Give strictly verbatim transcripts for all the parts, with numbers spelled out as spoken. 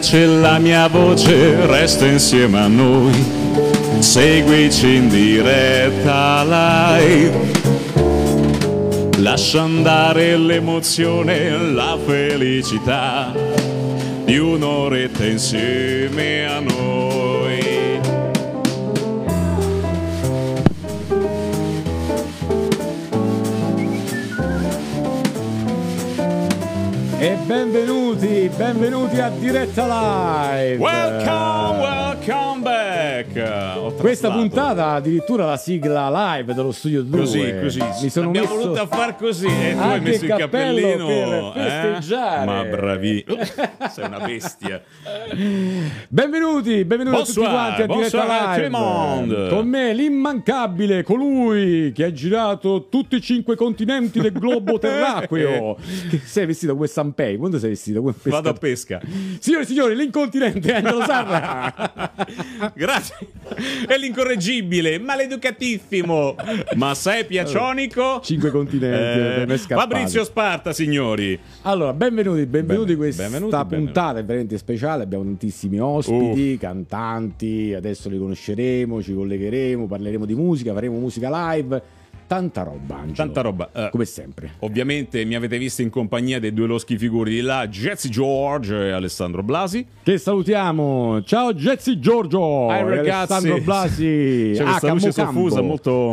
piace la mia voce, resta insieme a noi, seguici in diretta live. Lascia andare l'emozione, la felicità di un'oretta insieme a noi. E benvenuti, benvenuti a Diretta Live. Welcome, welcome back. Questa puntata addirittura la sigla live dello studio due. Così, così. Mi sono Abbiamo messo... voluto far così e tu hai messo il cappellino per festeggiare. Eh? Ma bravi. Sei una bestia. Benvenuti, benvenuti bonsoir, a tutti quanti a Diretta Live. Con me l'immancabile, colui che ha girato tutti i cinque continenti del globo terracqueo. Che sei vestito come Sanpei? Quando sei vestito come pesca? Vado a pesca. Signore e signori, l'incontinente Angelo Sarra. Grazie. È l'incorreggibile, maleducatissimo. Ma sei piacionico? Cinque continenti. Eh, Fabrizio Sparta, signori. Allora, benvenuti, benvenuti Ben, questa benvenuti, puntata benvenuti. è veramente speciale. Abbiamo tantissimi ospiti, uh. cantanti. Adesso li conosceremo, ci collegheremo, parleremo di musica, faremo musica live. Tanta roba, Angelo. Tanta roba. Uh, come sempre. Ovviamente mi avete visto in compagnia dei due loschi figuri di là, Jazzy George e Alessandro Blasi. Che salutiamo. Ciao Jazzy Giorgio. Hi ragazzi. Alessandro Blasi. C'è ah, questa luce soffusa, molto...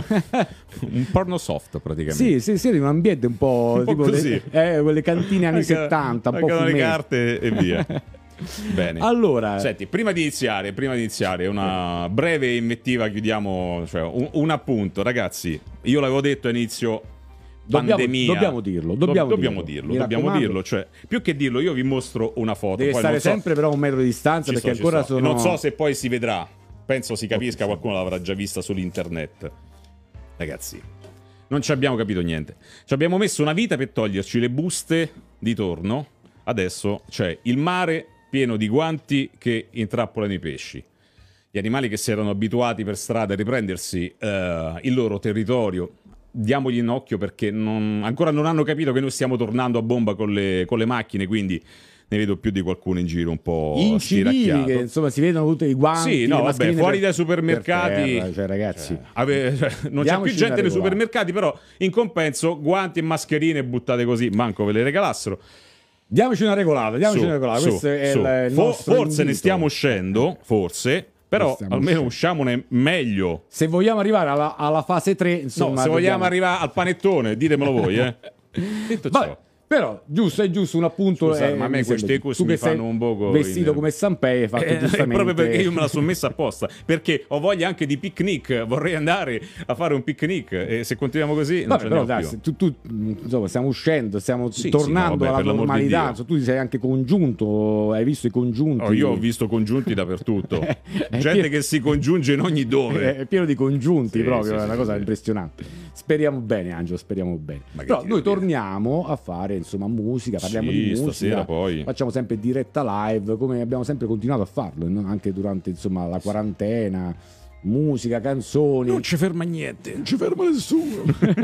un porno soft praticamente. Sì, sì, sì, in un ambiente un po', un po' tipo così. Le, eh, quelle cantine anni anche, settanta, un po' le fumetti. carte e via. Bene. Allora, senti, prima di iniziare, prima di iniziare una breve invettiva, chiudiamo, cioè un, un appunto, ragazzi. Io l'avevo detto a inizio dobbiamo, pandemia. Dobbiamo dirlo, dobbiamo, Do, dobbiamo dirlo, dirlo, dobbiamo dirlo, cioè più che dirlo io vi mostro una foto. Deve poi stare non so, sempre però a un metro di distanza perché sto, ancora sto. sono... Non so se poi si vedrà. Penso si capisca, qualcuno l'avrà già vista sull'internet. Ragazzi, non ci abbiamo capito niente. Ci abbiamo messo una vita per toglierci le buste di torno. Adesso c'è il mare pieno di guanti che intrappolano i pesci. Gli animali che si erano abituati per strada a riprendersi eh, il loro territorio, diamogli un occhio perché non, ancora non hanno capito che noi stiamo tornando a bomba con le, con le macchine, quindi ne vedo più di qualcuno in giro un po' incivili che insomma si vedono tutti i guanti. Sì, no, vabbè, fuori per, dai supermercati, terra, cioè ragazzi, cioè, ave, cioè, non c'è più gente nei supermercati, però in compenso guanti e mascherine buttate così, manco ve le regalassero. Diamoci una regolata, diamoci su, una regolata. Su, Questo è su. il, il For, forse invito. ne stiamo uscendo, forse, però almeno uscendo. usciamone meglio. Se vogliamo arrivare alla, alla fase tre, insomma, no, se dobbiamo... vogliamo arrivare al panettone, ditemelo voi, eh. Detto ciò. Vabbè, però giusto, è giusto un appunto. Scusa, eh, ma a me queste cose mi fanno un poco vestito in... come Sanpei, hai fatto eh, giustamente. proprio perché io me la sono messa apposta, perché ho voglia anche di picnic, vorrei andare a fare un picnic e se continuiamo così non vabbè, ce però andiamo dai, più. Tu, tu, insomma, stiamo uscendo, stiamo sì, tornando sì, no, vabbè, alla normalità. di insomma, tu ti sei anche congiunto, hai visto i congiunti. Oh, io ho visto congiunti dappertutto. Gente pieno... che si congiunge in ogni dove. È pieno di congiunti, sì, proprio, sì, è una sì, cosa sì. impressionante. Speriamo bene, Angelo, speriamo bene. Però noi torniamo a fare, insomma, musica, parliamo sì, di musica. Stasera poi. Facciamo sempre diretta live, come abbiamo sempre continuato a farlo, no? Anche durante, insomma, la quarantena. Musica, canzoni. Non ci ferma niente. Non ci ferma nessuno.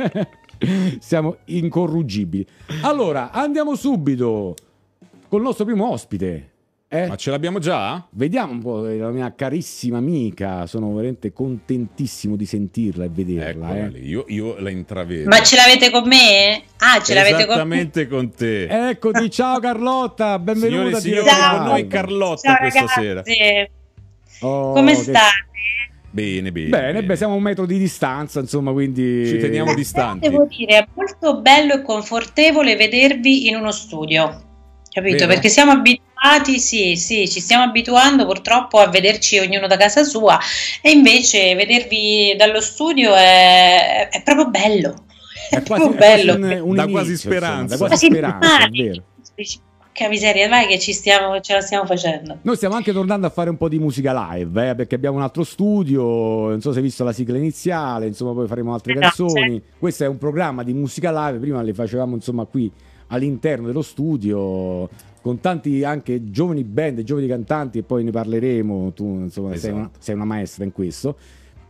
Siamo incorruggibili. Allora, andiamo subito col nostro primo ospite. Eh? Ma ce l'abbiamo già? Vediamo un po' la mia carissima amica. Sono veramente contentissimo di sentirla e vederla. Eh. Io, io la intravedo. Ma ce l'avete con me? Ah, ce l'avete con me? Esattamente con te. Eccoti, ciao Carlotta, benvenuta. Signore, signori, con noi Carlotta ciao, questa ragazzi. sera. Oh, come che... state? Bene, bene. Bene, bene. beh, siamo a un metro di distanza, insomma, quindi ci teniamo eh, distanti. Devo dire, è molto bello e confortevole vedervi in uno studio. Capito? Vero? Perché siamo abituati, sì, sì, ci stiamo abituando purtroppo a vederci ognuno da casa sua e invece vedervi dallo studio è, è proprio bello. È, è proprio quasi, bello. Quasi un, un da inizio, quasi speranza. Insomma, da quasi speranza, è vero. Che miseria, vai che ci stiamo, ce la stiamo facendo. Noi stiamo anche tornando a fare un po' di musica live, eh, perché abbiamo un altro studio, non so se hai visto la sigla iniziale, insomma poi faremo altre no, canzoni. certo. Questo è un programma di musica live, prima le facevamo insomma qui all'interno dello studio con tanti anche giovani band, giovani cantanti e poi ne parleremo, tu insomma esatto. sei, una, sei una maestra in questo.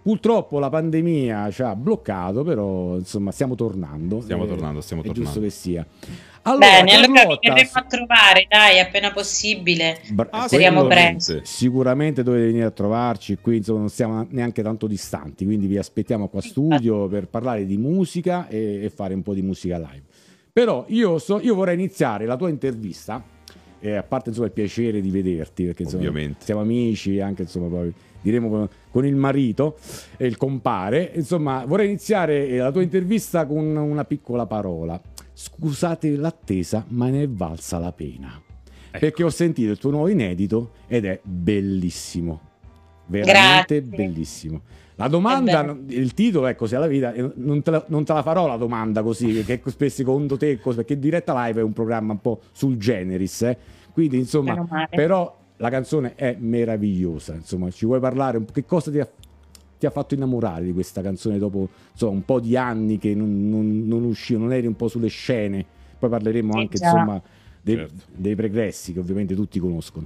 Purtroppo la pandemia ci ha bloccato, però insomma stiamo tornando. Stiamo eh, tornando, stiamo è tornando. giusto che sia. Allora, Bene, allora vi Carlotta, verremo a trovare, dai, appena possibile. Bra- Speriamo quello- presto. Sicuramente dovete venire a trovarci qui, insomma non siamo neanche tanto distanti, quindi vi aspettiamo qua a studio per parlare di musica e, e fare un po' di musica live. Però io, so, io vorrei iniziare la tua intervista, eh, a parte insomma il piacere di vederti, perché insomma Ovviamente. siamo amici, anche insomma poi diremo con, con il marito e il compare, insomma vorrei iniziare eh, la tua intervista con una piccola parola. Scusate l'attesa, ma ne è valsa la pena. Ecco. Perché ho sentito il tuo nuovo inedito ed è bellissimo, veramente Grazie. bellissimo. La domanda, il titolo è Così alla vita, e non te, la, non te la farò la domanda così, che spesso secondo te, perché Diretta Live è un programma un po' sul generis, eh? Quindi insomma, Meno male. però la canzone è meravigliosa, insomma, ci vuoi parlare, un po' che cosa ti ha, ti ha fatto innamorare di questa canzone dopo insomma, un po' di anni che non, non, non usciva, non eri un po' sulle scene, poi parleremo Sì, anche già. insomma dei, Certo. dei pregressi che ovviamente tutti conoscono.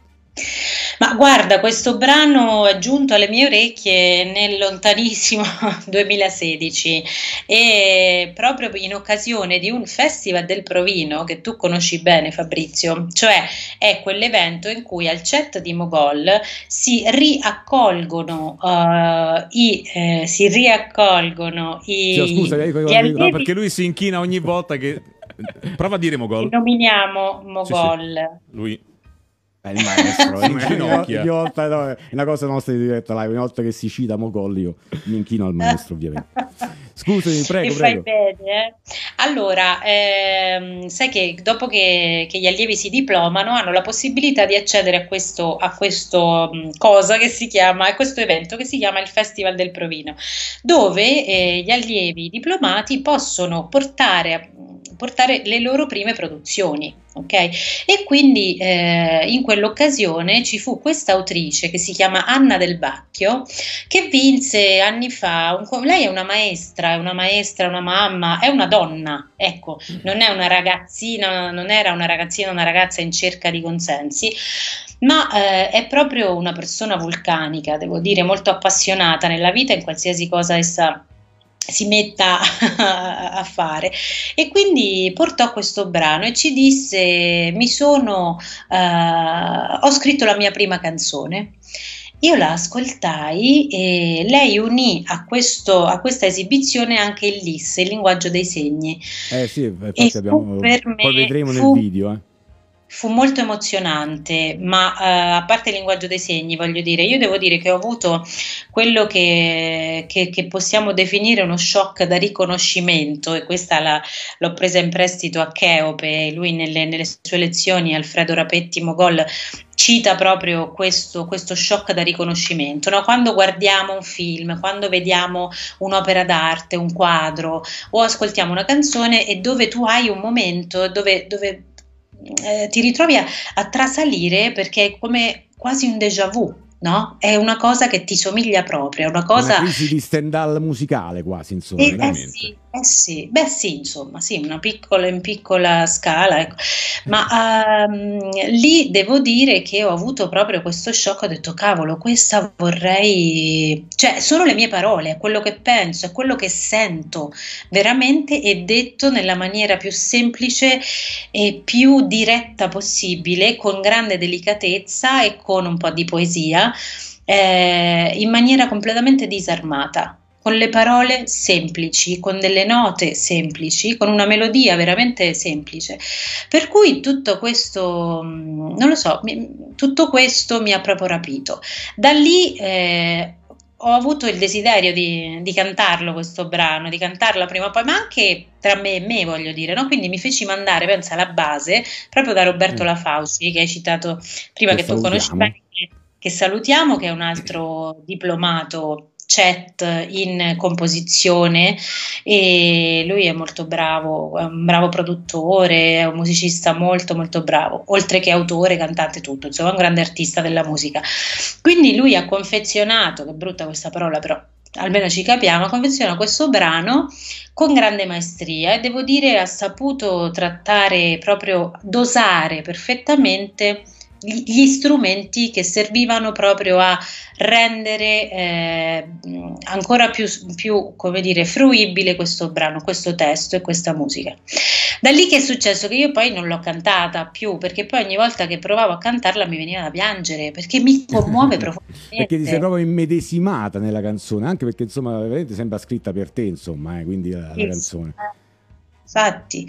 Ma guarda, questo brano è giunto alle mie orecchie nel lontanissimo duemilasedici e proprio in occasione di un festival del Provino che tu conosci bene, Fabrizio, cioè è quell'evento in cui al chat di Mogol si riaccolgono uh, i eh, si riaccolgono i Sì, scusa, io- gli io- allievi. No, perché lui si inchina ogni volta che... Prova a dire Mogol. Nominiamo Mogol. Lui... È il maestro, Si eh. inginocchia. Ogni volta, no, è una cosa nostra di Diretta Live, ogni volta che si cita Mogol io mi inchino al maestro ovviamente. Scusami, prego, E fai prego. bene, eh? Allora, ehm, sai che dopo che, che gli allievi si diplomano hanno la possibilità di accedere a questo, a questo mh, cosa che si chiama, a questo evento che si chiama il Festival del Provino, dove eh, gli allievi diplomati possono portare, portare le loro prime produzioni. Ok? E quindi eh, in quell'occasione ci fu questa autrice che si chiama Anna Del Bacchio che vinse anni fa, un, lei è una maestra, è una maestra, una mamma, è una donna, ecco, non è una ragazzina, non era una ragazzina, una ragazza in cerca di consensi, ma eh, è proprio una persona vulcanica, devo dire, molto appassionata nella vita in qualsiasi cosa essa si metta a fare, e quindi portò questo brano e ci disse: mi sono uh, ho scritto la mia prima canzone. Io la ascoltai e lei unì a, questo, a questa esibizione anche il L I S, il linguaggio dei segni. Eh sì, infatti E fu abbiamo, per me- poi vedremo fu- nel video. Eh. Fu molto emozionante, ma eh, a parte il linguaggio dei segni, voglio dire, io devo dire che ho avuto quello che, che- che possiamo definire uno shock da riconoscimento, e questa la- l'ho presa in prestito a Cheope. Lui nelle, nelle sue lezioni, Alfredo Rapetti Mogol, cita proprio questo, questo shock da riconoscimento, no? Quando guardiamo un film, quando vediamo un'opera d'arte, un quadro o ascoltiamo una canzone, e dove tu hai un momento dove... dove eh, ti ritrovi a, a trasalire, perché è come quasi un déjà vu, no? È una cosa che ti somiglia proprio, è una cosa... Una crisi di Stendhal musicale quasi, insomma. Eh, eh veramente. sì, eh sì, beh sì, insomma, sì, una piccola in piccola scala, ecco. Ma ehm, lì devo dire che ho avuto proprio questo shock, ho detto cavolo, questa vorrei, cioè sono le mie parole, è quello che penso, è quello che sento veramente, e detto nella maniera più semplice e più diretta possibile, con grande delicatezza e con un po' di poesia, eh, in maniera completamente disarmata, con le parole semplici, con delle note semplici, con una melodia veramente semplice. Per cui tutto questo, mh, non lo so, mi- tutto questo mi ha proprio rapito. Da lì eh, ho avuto il desiderio di, di cantarlo questo brano, di cantarlo prima o poi, ma anche tra me e me, voglio dire, no? Quindi mi feci mandare, pensa, alla base, proprio da Roberto Mm. Lafauci, che hai citato prima, Che che tu conosci salutiamo. bene, che salutiamo, che è un altro diplomato chat in composizione, e lui è molto bravo, è un bravo produttore, è un musicista molto molto bravo, oltre che autore, cantante, tutto, insomma, un grande artista della musica. Quindi lui ha confezionato, che brutta questa parola, però almeno ci capiamo, ha confezionato questo brano con grande maestria, e devo dire ha saputo trattare, proprio dosare perfettamente gli strumenti che servivano proprio a rendere eh, ancora più, più, come dire, fruibile questo brano, questo testo e questa musica. Da lì che è successo? Che io poi non l'ho cantata più, perché poi ogni volta che provavo a cantarla mi veniva da piangere, perché mi commuove profondamente. Perché ti sei proprio immedesimata nella canzone, anche perché insomma veramente sembra scritta per te, insomma, eh, quindi la, la canzone. Infatti,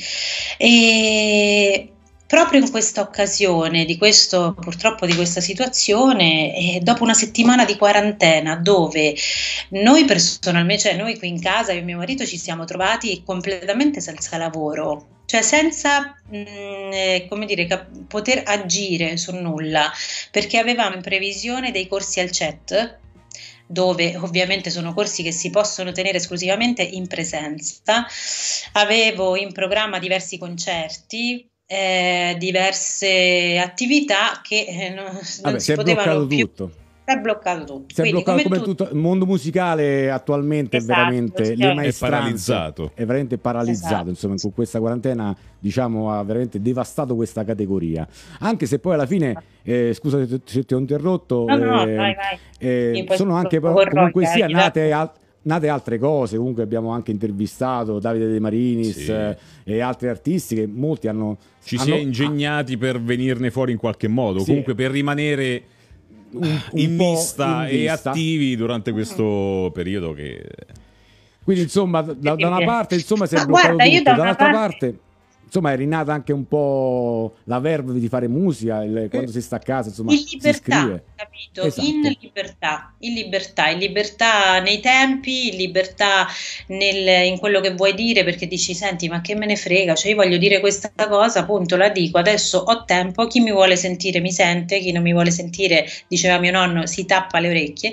e proprio in questa occasione, di questo, purtroppo di questa situazione, eh, dopo una settimana di quarantena dove noi personalmente, cioè noi qui in casa, io e mio marito ci siamo trovati completamente senza lavoro, cioè senza mh, eh, come dire, cap- poter agire su nulla, perché avevamo in previsione dei corsi al C E T, dove ovviamente sono corsi che si possono tenere esclusivamente in presenza. Avevo in programma diversi concerti, eh, diverse attività che eh, non, non Vabbè, si si è potevano bloccato più. tutto. Si è bloccato tutto. Si è Quindi, bloccato come come tu- tutto il mondo musicale attualmente, Esatto, è veramente sì, le è maestranze, paralizzato. è veramente paralizzato, Esatto. insomma, con questa quarantena, diciamo, ha veramente devastato questa categoria. Anche se poi alla fine, eh, scusa se ti- se ti ho interrotto, No, no, eh, vai, vai. eh, Sì, poi sono anche vorrò, comunque dai, sia dai. nate al- nate altre cose. Comunque abbiamo anche intervistato Davide De Marinis, Sì. eh, e altri artisti che molti hanno Ci hanno- si è ingegnati per venirne fuori in qualche modo, Sì. comunque per rimanere un, un in po' vista in e vista. attivi durante questo periodo che... Quindi insomma da, da una parte insomma si è Ma bloccato guarda, io tutto, da una dall'altra parte- parte insomma è rinata anche un po' la verve di fare musica, il- quando si sta a casa insomma in si libertà, scrive. capito? Esatto. In libertà, in libertà, in libertà nei tempi, in libertà nel- in quello che vuoi dire, perché dici, senti, ma che me ne frega, cioè io voglio dire questa cosa, appunto, la dico, adesso ho tempo, chi mi vuole sentire mi sente, chi non mi vuole sentire, diceva mio nonno, si tappa le orecchie.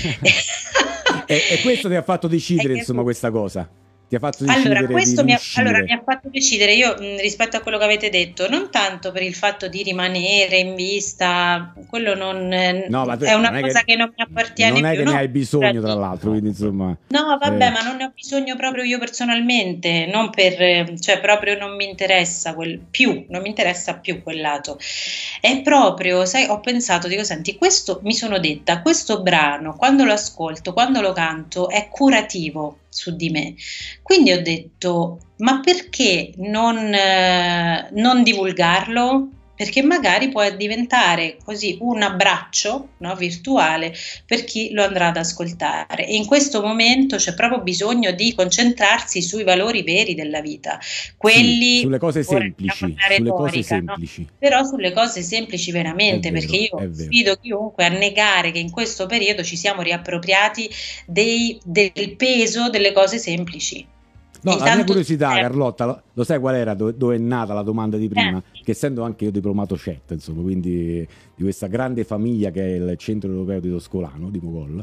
e, e questo ti ha fatto decidere È che- insomma questa cosa, ti ha fatto decidere Allora, questo di mi ha, riuscire. allora, mi ha fatto decidere io mh, rispetto a quello che avete detto, non tanto per il fatto di rimanere in vista, quello non eh, No, ma tu- è una non è cosa che- che, non mi appartiene non è più. che no, ne hai bisogno tra figurati. l'altro, quindi insomma No, vabbè, eh, ma non ne ho bisogno proprio io personalmente, non per, eh, cioè proprio non mi interessa quel più, non mi interessa più quel lato. È proprio, sai, ho pensato, dico, senti, questo mi sono detta, questo brano, quando lo ascolto, quando lo canto, è curativo su di me. Quindi ho detto, ma perché non, eh, non divulgarlo? Perché magari può diventare così un abbraccio, no, virtuale per chi lo andrà ad ascoltare. E in questo momento c'è proprio bisogno di concentrarsi sui valori veri della vita, quelli sì, sulle cose ora semplici, entriamo nella sulle cose retorica, no? semplici. Però sulle cose semplici veramente, È vero, perché io è vero. sfido chiunque a negare che in questo periodo ci siamo riappropriati dei- del peso delle cose semplici. No, In la mia tanto curiosità, tempo. Carlotta, lo, lo sai qual era, dove, dove è nata la domanda di prima? Eh. Che essendo anche io diplomato C E T, insomma, quindi di questa grande famiglia che è il Centro Europeo di Toscolano, di Mogol,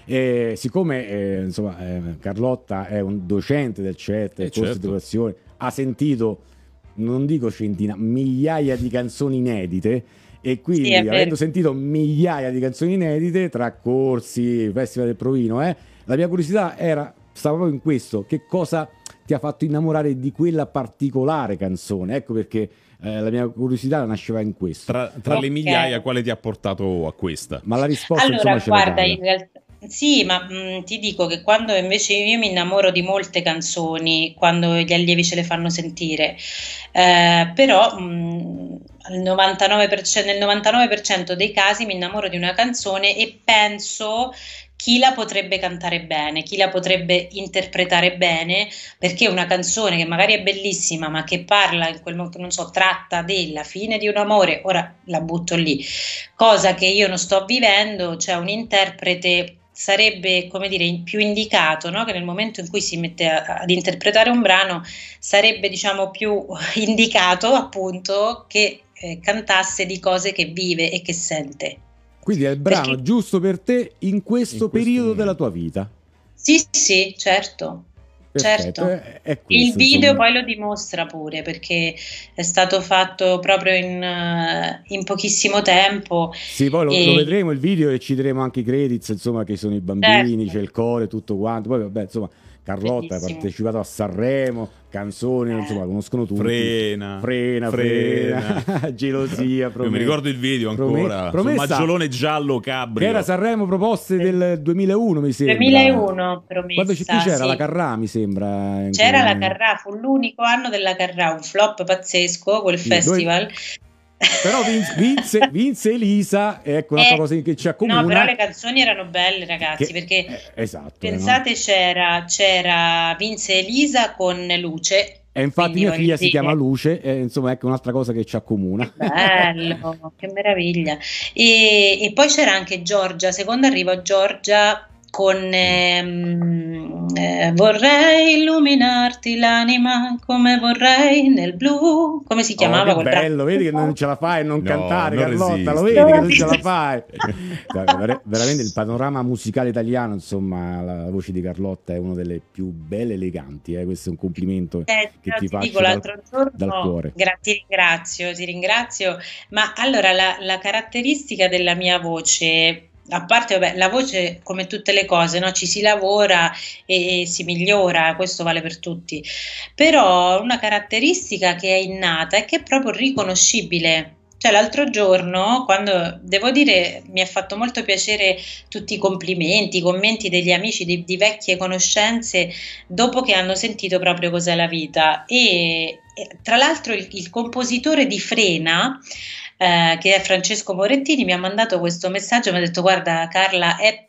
e siccome eh, insomma, eh, Carlotta è un docente del C E T, Eh, corso di certo. educazione, ha sentito, non dico centinaia, migliaia di canzoni inedite, e quindi Sì, è vero. avendo sentito migliaia di canzoni inedite tra corsi, Festival del Provino, eh, la mia curiosità era, stava proprio in questo, che cosa ti ha fatto innamorare di quella particolare canzone? Ecco perché eh, la mia curiosità nasceva in questo. Tra, tra le Ok. migliaia, quale ti ha portato a questa? Ma la risposta Allora, insomma ce l'hai guarda, data. in realtà sì, ma mh, ti dico che quando invece io mi innamoro di molte canzoni, quando gli allievi ce le fanno sentire, eh, però mh, al novantanove per cento, nel novantanove per cento dei casi mi innamoro di una canzone e penso chi la potrebbe cantare bene, chi la potrebbe interpretare bene, perché una canzone che magari è bellissima, ma che parla in quel modo, non so, tratta della fine di un amore, ora la butto lì, cosa che io non sto vivendo, cioè un interprete sarebbe, come dire, più indicato, no? Che nel momento in cui si mette a- ad interpretare un brano sarebbe, diciamo, più indicato appunto che eh, cantasse di cose che vive e che sente. Quindi è il brano Perché- giusto per te in questo In questo periodo momento. della tua vita. Sì, sì, certo. Perfetto, Certo. è, è questo, Il video insomma. poi lo dimostra pure perché è stato fatto proprio in, eh, in pochissimo tempo. Sì, poi lo, e- lo vedremo il video e ci diremo anche i credits, insomma, che sono i bambini, Certo. c'è il core, tutto quanto. Poi vabbè, insomma, Carlotta ha Bellissimo. partecipato a Sanremo, canzoni, Eh. insomma, conoscono tutti. Frena, frena, frena. frena. Gelosia, Io mi promessa. ricordo il video ancora, Prome- sul promessa, maggiolone giallo cabrio. che era Sanremo proposte del duemilauno, mi sembra. duemilauno Quando ci, promessa, chi c'era? sì. La Carrà, mi sembra. in C'era quel- la Carrà, fu l'unico anno della Carrà, un flop pazzesco quel Sì, dove- festival. Però vinse, vinse, vinse Elisa, e ecco un'altra Eh, cosa che ci accomuna. No, però le canzoni erano belle, ragazzi, che- perché eh, esatto, pensate, c'era, c'era vinse Elisa con Luce. E infatti quindi mia voglio figlia si dire, chiama Luce, e insomma ecco un'altra cosa che ci accomuna. Che bello, che meraviglia. E, e poi c'era anche Giorgia, secondo arrivo Giorgia con ehm, eh, vorrei illuminarti l'anima come vorrei nel blu, come si chiamava Oh, che quel brano? bello, vedi che non ce la fai a non No, cantare, non Carlotta, resiste. lo vedi che non ce la Non fai. Cioè, ver- veramente il panorama musicale italiano, insomma, la voce di Carlotta è una delle più belle e eleganti, eh, questo è un complimento Eh, che no, ti ti faccio dico dal- l'altro giorno, dal cuore. gra- ti ringrazio, ti ringrazio, ma allora la, la caratteristica della mia voce, a parte vabbè, la voce come tutte le cose, no? Ci si lavora e, e si migliora, questo vale per tutti, però una caratteristica che è innata e che è proprio riconoscibile. Cioè l'altro giorno, quando devo dire, mi ha fatto molto piacere tutti i complimenti, i commenti degli amici di, di vecchie conoscenze dopo che hanno sentito proprio cos'è la vita. E, e tra l'altro il, il compositore di Frena, eh, che è Francesco Morettini, mi ha mandato questo messaggio, mi ha detto: guarda Carla, è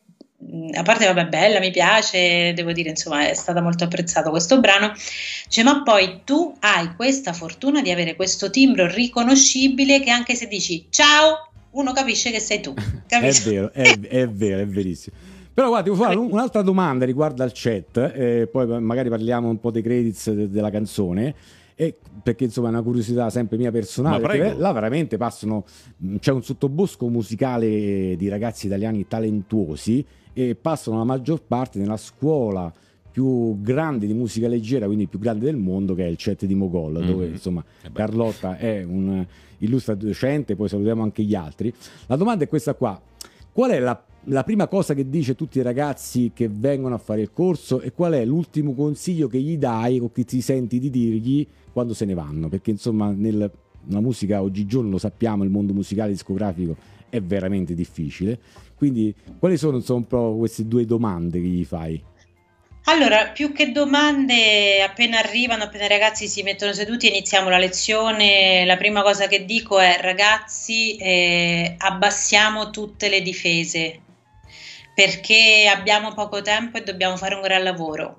a parte vabbè bella, mi piace, devo dire insomma è stato molto apprezzato questo brano, cioè, ma poi tu hai questa fortuna di avere questo timbro riconoscibile che anche se dici ciao uno capisce che sei tu, È capisci? vero, è, è vero, è verissimo. Però guarda, devo fare un- un'altra domanda riguardo al chat, eh, poi magari parliamo un po' dei credits de- della canzone. E perché insomma è una curiosità sempre mia personale, Ma perché prego. là veramente passano, mh, c'è un sottobosco musicale di ragazzi italiani talentuosi e passano la maggior parte nella scuola più grande di musica leggera, quindi più grande del mondo, che è il C E T di Mogol, Mhm. dove insomma Eh beh. Carlotta è un illustre docente, poi salutiamo anche gli altri. La domanda è questa qua: qual è la, la prima cosa che dice a tutti i ragazzi che vengono a fare il corso e qual è l'ultimo consiglio che gli dai o che ti senti di dirgli quando se ne vanno? Perché insomma nel, nella musica oggigiorno, lo sappiamo, il mondo musicale discografico è veramente difficile, quindi quali sono insomma un po' queste due domande che gli fai? Allora, più che domande, appena arrivano, appena i ragazzi si mettono seduti e iniziamo la lezione, la prima cosa che dico è: ragazzi, eh, abbassiamo tutte le difese perché abbiamo poco tempo e dobbiamo fare un gran lavoro.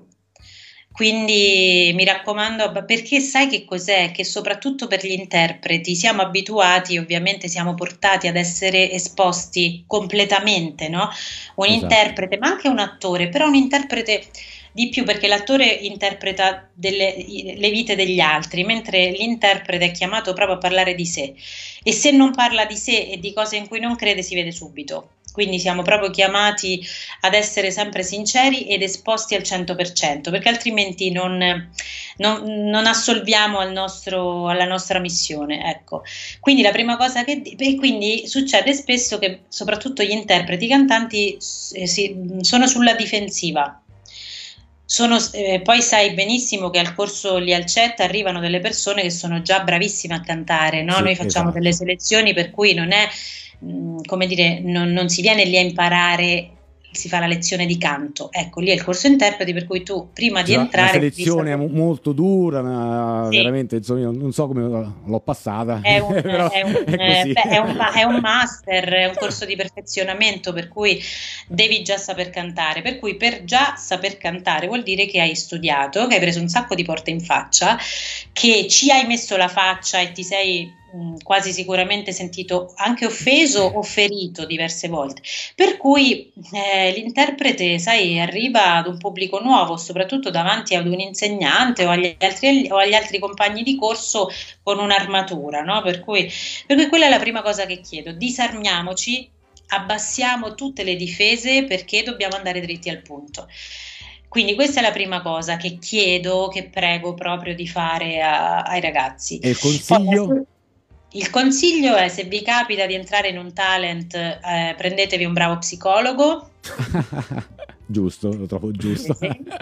Quindi mi raccomando, perché sai che cos'è? Che soprattutto per gli interpreti siamo abituati, ovviamente siamo portati ad essere esposti completamente, no? Un Esatto. interprete, ma anche un attore, però un interprete di più, perché l'attore interpreta delle, le vite degli altri, mentre l'interprete è chiamato proprio a parlare di sé. E se non parla di sé e di cose in cui non crede, si vede subito. Quindi siamo proprio chiamati ad essere sempre sinceri ed esposti al cento per cento, perché altrimenti non, non, non assolviamo al nostro, alla nostra missione. Ecco. Quindi la prima cosa che... E quindi succede spesso che soprattutto gli interpreti, i cantanti eh, si, sono sulla difensiva. Sono, eh, poi sai benissimo che al corso lì al C E T arrivano delle persone che sono già bravissime a cantare, no? Sì, Noi facciamo esatto. delle selezioni per cui non è, mh, come dire, non, non si viene lì a imparare, si fa la lezione di canto. Ecco, lì è il corso interpreti, per cui tu prima di Cioè, entrare... una selezione devi sapere- molto dura, una- Sì. veramente insomma, io non so come l'ho passata, È un, però è un- è eh, così. beh, è un ma- è un master, è un corso di perfezionamento, per cui devi già saper cantare. Per cui per già saper cantare vuol dire che hai studiato, che hai preso un sacco di porte in faccia, che ci hai messo la faccia e ti sei mh, quasi sicuramente sentito anche offeso o ferito diverse volte. Per cui eh, l'interprete, sai, arriva ad un pubblico nuovo, soprattutto davanti ad un insegnante o agli altri, o agli altri compagni di corso con un'armatura, no? Per cui, per cui quella è la prima cosa che chiedo: disarmiamoci, abbassiamo tutte le difese perché dobbiamo andare dritti al punto. Quindi questa è la prima cosa che chiedo, che prego proprio di fare a- ai ragazzi. E il consiglio? Poi, il consiglio è: se vi capita di entrare in un talent, eh, prendetevi un bravo psicologo. Giusto, lo trovo giusto.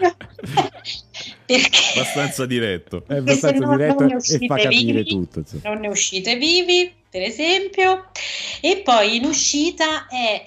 Perché abbastanza diretto. È abbastanza non, diretto non ne e fa capire vivi, tutto. Insomma. Non ne uscite vivi, per esempio. E poi in uscita è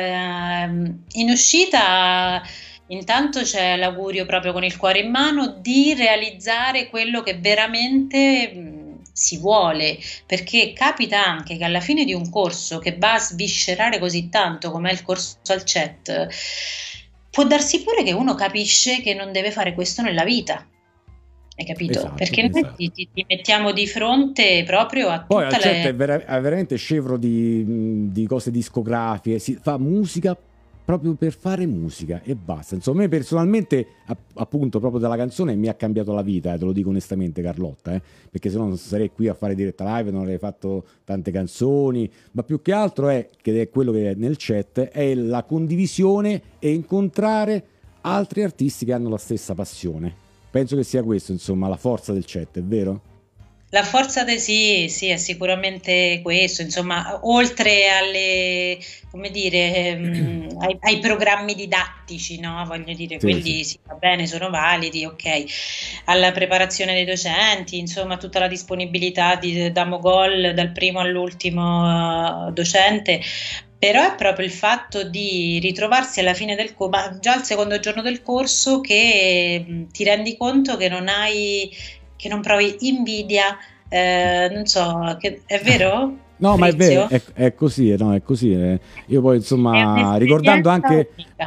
ehm, in uscita intanto c'è l'augurio proprio con il cuore in mano di realizzare quello che veramente mh, si vuole, perché capita anche che alla fine di un corso che va a sviscerare così tanto come è il corso al chat, può darsi pure che uno capisce che non deve fare questo nella vita. Hai capito? Esatto, Perché esatto. noi ti, ti, ti mettiamo di fronte proprio a Poi tutta al chat le... è, vera- è veramente scevro di, di cose discografiche, si fa musica proprio per fare musica e basta. Insomma, a me personalmente, appunto, proprio dalla canzone mi ha cambiato la vita, eh, te lo dico onestamente, Carlotta, eh, perché se no non sarei qui a fare diretta live, non avrei fatto tante canzoni, ma più che altro è, che è quello che è nel chat, è la condivisione e incontrare altri artisti che hanno la stessa passione. Penso che sia questo, insomma, la forza del chat, è vero? La forza del sì, sì, è sicuramente questo, insomma, oltre alle, come dire, ehm, ai, ai programmi didattici, no? Voglio dire, Sì, quelli sì. sì, va bene, sono validi, ok, alla preparazione dei docenti, insomma, tutta la disponibilità di, da Mogol, dal primo all'ultimo uh, docente. Però è proprio il fatto di ritrovarsi alla fine del corso, ma già al secondo giorno del corso, che mh, ti rendi conto che non hai, che non provi invidia, eh, non so, che, è vero? No, ma è Fabrizio? vero, è, è così, eh, no, è così. eh. Io poi, È insomma, un'esperienza ricordando anche unica.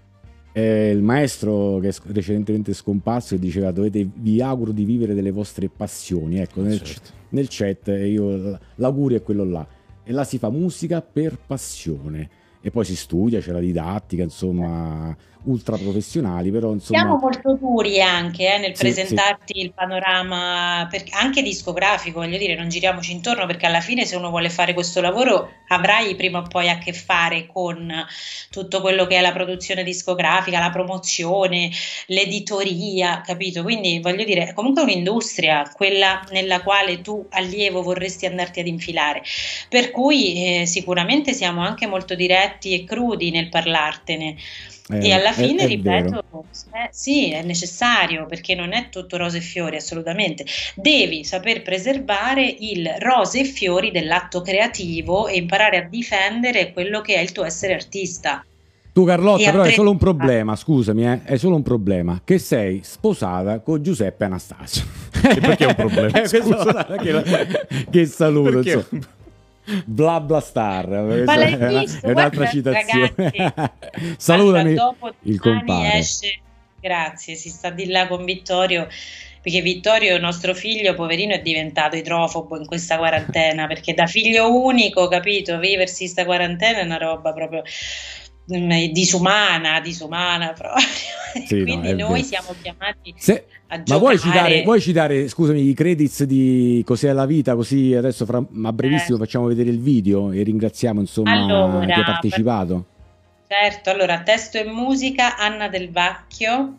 eh, il maestro che è sc- recentemente scomparso, che diceva: dovete, vi auguro di vivere delle vostre passioni. Ecco, nel, Certo. nel chat eh, io, l'augurio è quello là. E là si fa musica per passione. E poi si studia, c'è la didattica, insomma, ultra professionali, però Siamo insomma... molto duri anche eh, nel Sì, sì, presentarti il panorama, per- anche discografico, voglio dire, non giriamoci intorno, perché alla fine se uno vuole fare questo lavoro avrai prima o poi a che fare con tutto quello che è la produzione discografica, la promozione, l'editoria, capito? Quindi voglio dire, è comunque un'industria, quella nella quale tu allievo vorresti andarti ad infilare, per cui eh, sicuramente siamo anche molto diretti e crudi nel parlartene. eh, E alla è, fine, è ripeto, vero. eh, sì, è necessario, perché non è tutto rose e fiori, assolutamente. Devi saper preservare il rose e fiori dell'atto creativo e imparare a difendere quello che è il tuo essere artista. Tu E Carlotta, a però è solo un presentare. problema, scusami, eh, è solo un problema, che sei sposata con Giuseppe Anastasio. E perché è un problema? Eh, questo- Scusa. che, che saluto, Perché? insomma. Bla bla star, Ma l'hai questa è una- visto? è un'altra Guarda, citazione. ragazzi, Salutami guarda, dopo il domani compare. esce, grazie, si sta di là con Vittorio, perché Vittorio, nostro figlio, poverino, è diventato idrofobo in questa quarantena, perché da figlio unico, capito, viversi sta quarantena è una roba proprio mm, disumana, disumana proprio. Sì, no, Quindi è noi vero. siamo chiamati Se- a ma vuoi giocare. citare, vuoi citare, scusami, i credits di Cos'è la vita, così adesso fra, a brevissimo Eh, facciamo vedere il video e ringraziamo insomma allora, chi ha partecipato. certo, allora, testo e musica Anna Del Vacchio,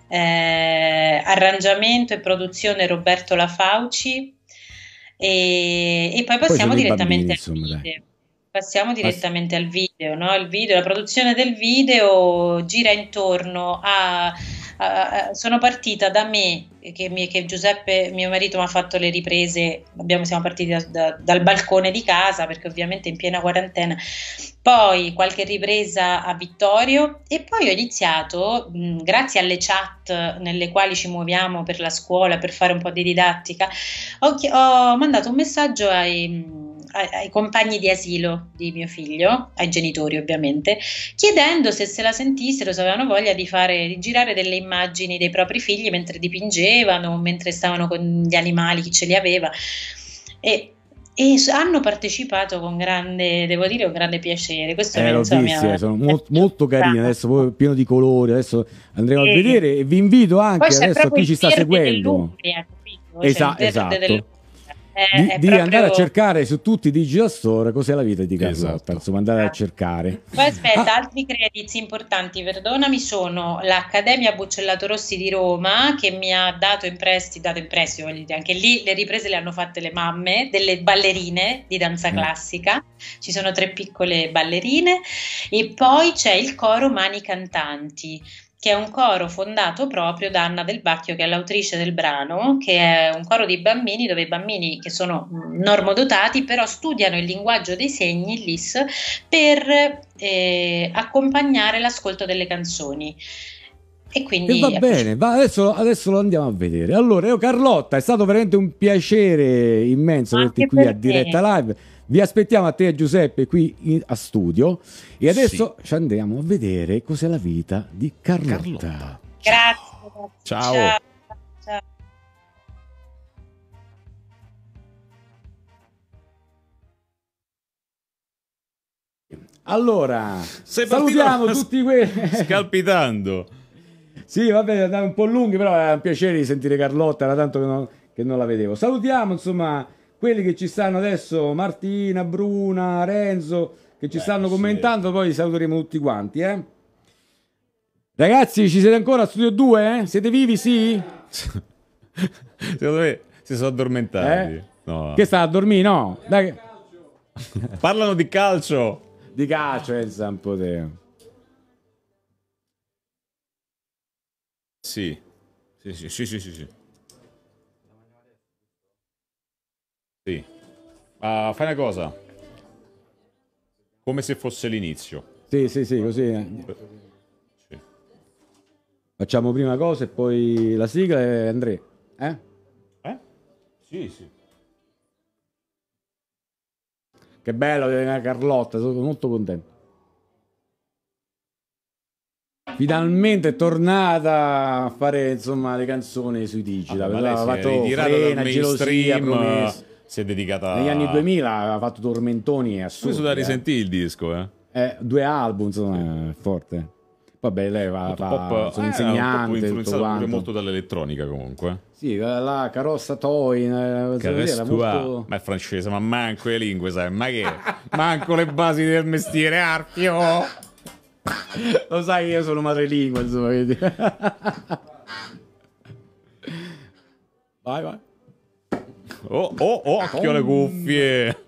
eh, arrangiamento e produzione Roberto La Fauci, e, e poi Poi passiamo sono i direttamente bambini, al insomma, dai. video. Passiamo Pass- direttamente al video, no? Il video, la produzione del video gira intorno a, a- a- sono partita da me, che, mi- che Giuseppe, mio marito, mi ha fatto le riprese, abbiamo, siamo partiti da- da- dal balcone di casa, perché ovviamente in piena quarantena, poi qualche ripresa a Vittorio, e poi ho iniziato, mh, grazie alle chat nelle quali ci muoviamo per la scuola, per fare un po' di didattica, ho, chi- ho mandato un messaggio ai ai, ai compagni di asilo di mio figlio, ai genitori ovviamente, chiedendo se se la sentissero, se avevano voglia di fare, di girare delle immagini dei propri figli mentre dipingevano, mentre stavano con gli animali, chi ce li aveva, e, e s- hanno partecipato con grande, devo dire, con grande piacere. Questo Eh, mi, l'ho insomma, mi viste, ha- sono mi è molto, molto carine, piaciuto adesso poi pieno di colori, adesso andremo a tanto. vedere e vi invito Poi anche c'è adesso proprio chi il ci sta verde seguendo. dell'Umbria, capito? C'è Esa- il verde esatto. dell'Umbria. È, di, è di proprio... andare a cercare su tutti i digital store cos'è la vita di Carlotta, Esatto. insomma andare a cercare. Poi aspetta, Ah. altri credits importanti, perdonami, sono l'Accademia Buccellato Rossi di Roma che mi ha dato in prestito, dato in prestito, voglio dire, anche lì le riprese le hanno fatte le mamme, delle ballerine di danza Eh. classica, ci sono tre piccole ballerine e poi c'è il coro Mani Cantanti, che è un coro fondato proprio da Anna Del Bacchio, che è l'autrice del brano, che è un coro di bambini dove i bambini che sono mh, normodotati però studiano il linguaggio dei segni, il L I S, per eh, accompagnare l'ascolto delle canzoni. E quindi E va ecco. bene, va, adesso, adesso lo andiamo a vedere. Allora, io Carlotta, è stato veramente un piacere immenso averti Anche qui per a diretta live. Vi aspettiamo a te e a Giuseppe qui in- a studio e adesso ci andiamo a vedere cos'è la vita di Carlotta. Carlotta. Grazie, ragazzi. Ciao. Ciao. Ciao. Allora, Sei salutiamo partito tutti quelli. scalpitando. Sì, vabbè, andava un po' lunghi, però era un piacere di sentire Carlotta, era tanto che non, che non la vedevo. Salutiamo, insomma, quelli che ci stanno adesso, Martina, Bruna, Renzo, che ci Beh, stanno sì. commentando, poi saluteremo tutti quanti, eh. Ragazzi, ci siete ancora a Studio due, eh? Siete vivi, sì? Secondo me si sono addormentati. Eh? No. Che sta a dormire, no? Dai, che- Parlano di calcio. di calcio, eh, un po' te. Sì. Sì, sì, sì, sì, sì. Sì. Sì. Ah, fai una cosa. Come se fosse l'inizio. Sì, sì, sì, così. eh. Sì. Facciamo prima cosa e poi la sigla e Andrea, eh? Eh? Sì, sì. Che bello vedere Carlotta, sono molto contento. Finalmente è tornata a fare insomma le canzoni sui digital. Vabbè, ma aveva lei si è fatto ritirata Frena, dal Gelosia, mainstream, Promessa. si è dedicata Negli anni duemila aveva fatto tormentoni Questo assurdi. da eh. risentire il disco, eh. Eh, due album, insomma, è forte. Vabbè, lei va, Molto fa, pop, sono eh, insegnante, un po' tutto influenzato pure quanto. molto dall'elettronica comunque. Sì, la Carossa Toy, eh, Che era resto molto... ha? Ma è francese, ma manco le lingue, sai? Ma che? Manco le basi del mestiere, Arpio! Lo sai, io sono madrelingua, insomma. Quindi... vai, vai. Oh, oh, oh, occhio alle cuffie!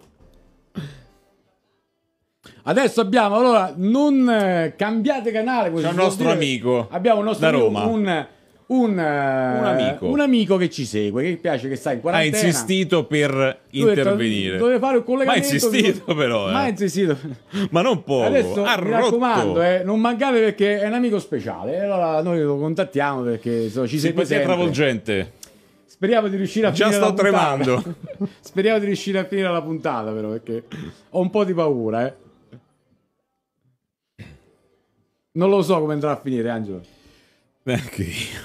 Adesso abbiamo, allora, non eh, cambiate canale. come C'è si un suol nostro dire. amico Abbiamo un nostro da amico, Roma. un, un, eh, Un amico. un amico che ci segue, che piace, che sta in Ha quarantena. insistito per Dove- intervenire. Dove fare un Ma ha collegamento. insistito però, Ma ha eh. insistito. Ma non poco. Adesso ha mi rotto. raccomando, eh, non mancate perché è un amico speciale. E allora noi lo contattiamo perché insomma, ci segue Simpatia sempre. travolgente. Speriamo di riuscire a Già finire sto la puntata. tremando. Speriamo di riuscire a finire la puntata, però, perché ho un po' di paura, eh. Non lo so come andrà a finire, Angelo. Neanche io.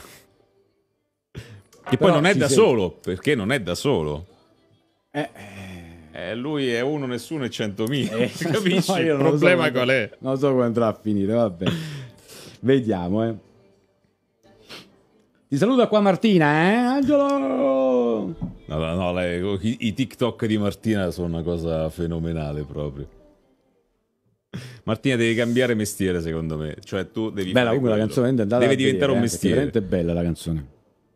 E Però poi non è ci da sei. solo, perché non è da solo. Eh, Eh, lui è uno, nessuno e centomila. eh, Capisci? no, Il io non lo so problema come- qual è? Non so come andrà a finire, vabbè. Vediamo, eh. Ti saluta qua Martina, eh, Angelo? No, no, no, lei- i, i TikTok di Martina sono una cosa fenomenale proprio. Martina, devi cambiare mestiere, secondo me. Cioè, tu devi Bella, fare comunque la quello. canzone è andata Deve a diventare vedere, un eh, perché mestiere. veramente bella la canzone.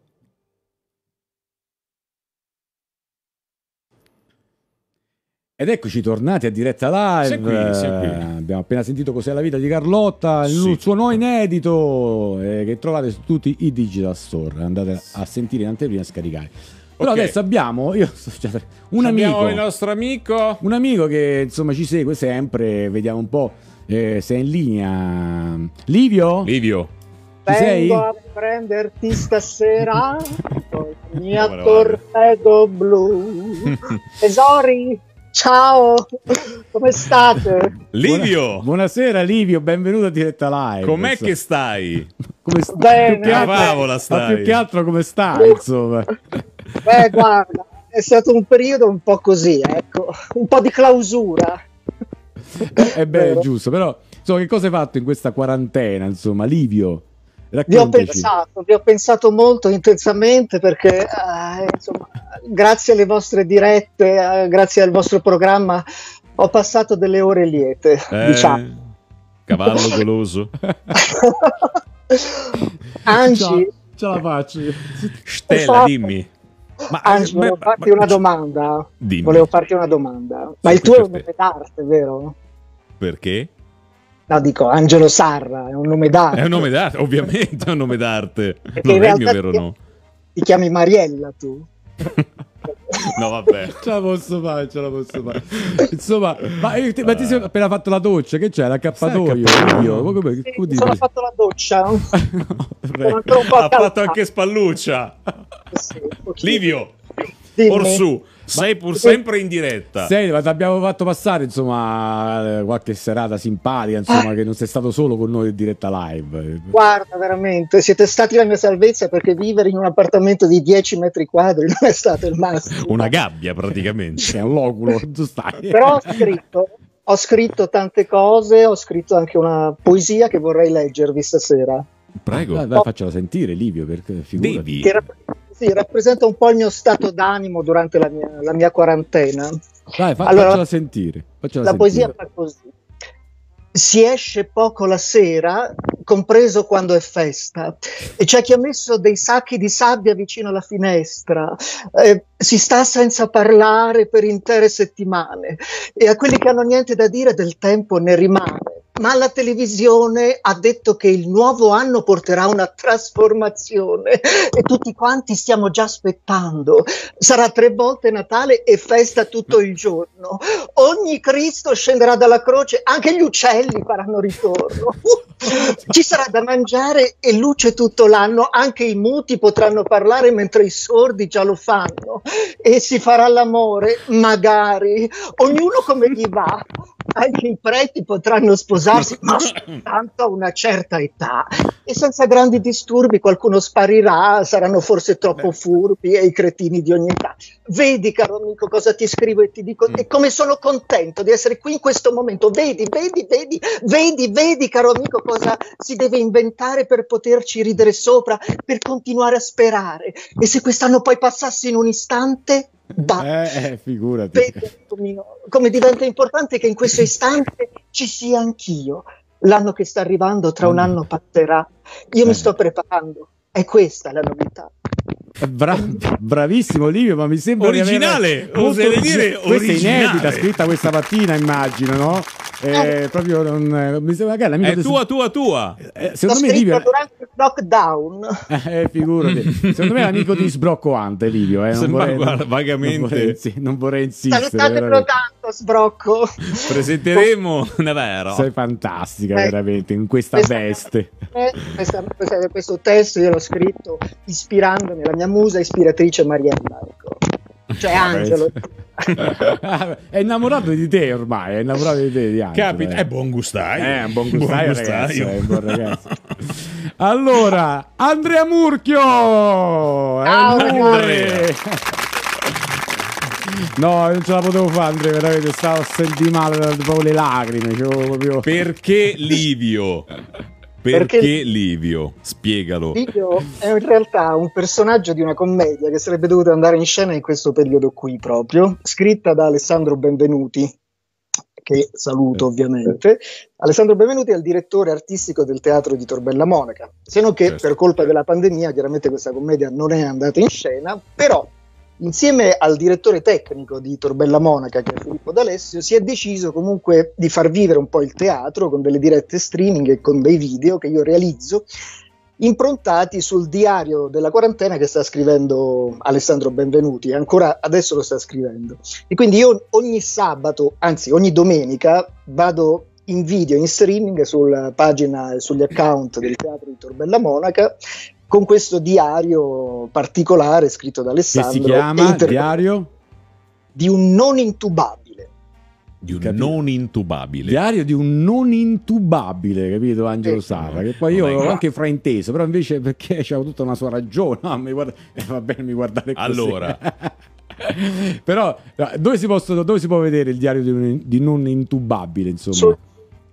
Ed eccoci tornati a diretta live. Siamo qui, siamo qui. Eh, abbiamo appena sentito cos'è la vita di Carlotta, il Sì. suo nuovo inedito eh, che trovate su tutti i digital store. Andate a sentire in anteprima e scaricare. Però Ok. adesso abbiamo io, cioè, un Abbiamo amico, il nostro amico. un amico che insomma ci segue sempre. Vediamo un po' eh, se è in linea. Livio? Livio. Ci sei? Vengo a prenderti stasera con il mio Guarda, torpedo blu. Tesori, ciao, come state? Livio, Buona- buonasera Livio, benvenuto a diretta live. com'è Insomma, che stai? come sta? Bene. Più che altro- La favola ma stai. più che altro come stai, insomma. Beh, guarda, è stato un periodo un po' così, ecco, un po' di clausura. E beh, è Vero. giusto, però insomma, che cosa hai fatto in questa quarantena, insomma, Livio? Vi ho pensato, vi ho pensato molto intensamente perché eh, insomma, grazie alle vostre dirette, eh, grazie al vostro programma, ho passato delle ore liete, Eh, diciamo. Cavallo goloso. Angi, Ce la faccio. Stella, Esatto. dimmi. Ma, Angi, ma- volevo ma- farti ma- una domanda. Dimmi. Volevo farti una domanda. Ma Sì, il tuo è un questo nome d'arte, vero? Perché? No, dico Angelo Sarra, è un nome d'arte. È un nome d'arte, ovviamente è un nome d'arte. Perché Non in è il mio realtà vero ti- nome. Ti chiami Mariella tu? No, vabbè. Ce la posso fare, ce la posso fare. Insomma, ma, eh, te- ma ti sei appena fatto la doccia? Che c'è? L'accappatoio? Sai l'accappatoio? Io, ma come- Sì, come mi sono dici? fatto la doccia. No, Sono ancora un po' Ha fatto accaldato. anche Spalluccia. Sì, un pochino. Livio, Dimmi. Orsù, sei pur sempre in diretta. Senti, ma ti abbiamo fatto passare insomma eh, qualche serata simpatica, insomma, che non sei stato solo con noi in diretta live. Guarda, veramente, siete stati la mia salvezza perché vivere in un appartamento di dieci metri quadri non è stato il massimo. Una gabbia praticamente. C'è un loculo, tu stai. Però ho scritto, ho scritto tante cose, ho scritto anche una poesia che vorrei leggervi stasera. Prego. Dai, dai, faccela sentire, Livio, perché figurati. Devi. Che rapp- sì, rappresenta un po' il mio stato d'animo durante la mia, la mia quarantena. Dai, fa- Allora, faccela sentire. Faccela La sentire. poesia fa così. Si esce poco la sera, compreso quando è festa, e c'è chi ha messo dei sacchi di sabbia vicino alla finestra, eh, si sta senza parlare per intere settimane e a quelli che hanno niente da dire del tempo ne rimane. Ma la televisione ha detto che il nuovo anno porterà una trasformazione e tutti quanti stiamo già aspettando. Sarà tre volte Natale e festa tutto il giorno. Ogni Cristo scenderà dalla croce, anche gli uccelli faranno ritorno. Ci sarà da mangiare e luce tutto l'anno, anche i muti potranno parlare mentre i sordi già lo fanno. E si farà l'amore, magari, ognuno come gli va. Anche i preti potranno sposarsi, ma soltanto a una certa età. E senza grandi disturbi qualcuno sparirà, saranno forse troppo furbi e i cretini di ogni età. Vedi, caro amico, cosa ti scrivo e ti dico, e come sono contento di essere qui in questo momento. Vedi, vedi, vedi, vedi, vedi, caro amico, cosa si deve inventare per poterci ridere sopra, per continuare a sperare. E se quest'anno poi passasse in un istante, bah, Eh, eh, figurati. vedi, amico mio, come diventa importante che in questo istante ci sia anch'io. L'anno che sta arrivando tra un anno passerà. Io mi sto preparando. È questa la novità. Bra- bravissimo Livio, ma mi sembra di Originale, avere molto- oserei dire questa è originale. inedita, scritta questa mattina, immagino, no? Eh, proprio non, non mi sembra che è l'amico È del- tua, tua, tua. Eh, L'ho secondo me scritto Livio durante il lockdown. eh, figurati. Secondo me è l'amico di Sbroccoante Livio, eh. non, Sembra, vorrei, guarda, non, vagamente. non vorrei insi- non vorrei insistere. Salutatelo veramente. tanto, sbrocco. Presenteremo Nevero. Sei fantastica, Eh, veramente, in questa questa- veste. eh, questa- questa- questo testo io l'ho scritto ispirandomi alla mia musa ispiratrice Mariella, ecco. Cioè Angelo. È innamorato di te ormai, è innamorato di te, di Angelo, Capita, eh. è buon gustaio. Eh, è un buon gustaio, Buon ragazzi, gustaio. è un buon ragazzo. Allora, Andrea Murchio! È Ciao, un amore! Andrea. No, non ce la potevo fare, Andrea, veramente stavo a sentire male, proprio le lacrime, c'avevo proprio... Perché Livio? Perché, Perché- Livio? Spiegalo. Livio è in realtà un personaggio di una commedia che sarebbe dovuta andare in scena in questo periodo qui proprio, scritta da Alessandro Benvenuti, che saluto ovviamente. Alessandro Benvenuti è il direttore artistico del teatro di Tor Bella Monaca, se non che Certo. per colpa della pandemia chiaramente questa commedia non è andata in scena, però insieme al direttore tecnico di Tor Bella Monaca, che è Filippo D'Alessio, si è deciso comunque di far vivere un po' il teatro con delle dirette streaming e con dei video che io realizzo improntati sul diario della quarantena che sta scrivendo Alessandro Benvenuti, ancora adesso lo sta scrivendo. E quindi io ogni sabato, anzi ogni domenica, vado in video, in streaming sulla pagina e sugli account del teatro di Tor Bella Monaca con questo diario particolare scritto da Che Alessandro si e chiama interpretato Diario? di un non intubabile. Di un Capito. non intubabile. Diario di un non intubabile, capito Angelo Sì. Sarra? Che poi io Non è l'ho gra- anche frainteso, però invece perché c'era tutta una sua ragione. No, mi guarda... eh, va bene, mi guardare così. Allora. Però dove si, posso, dove si può vedere il diario di, un- di non intubabile, insomma? Sul,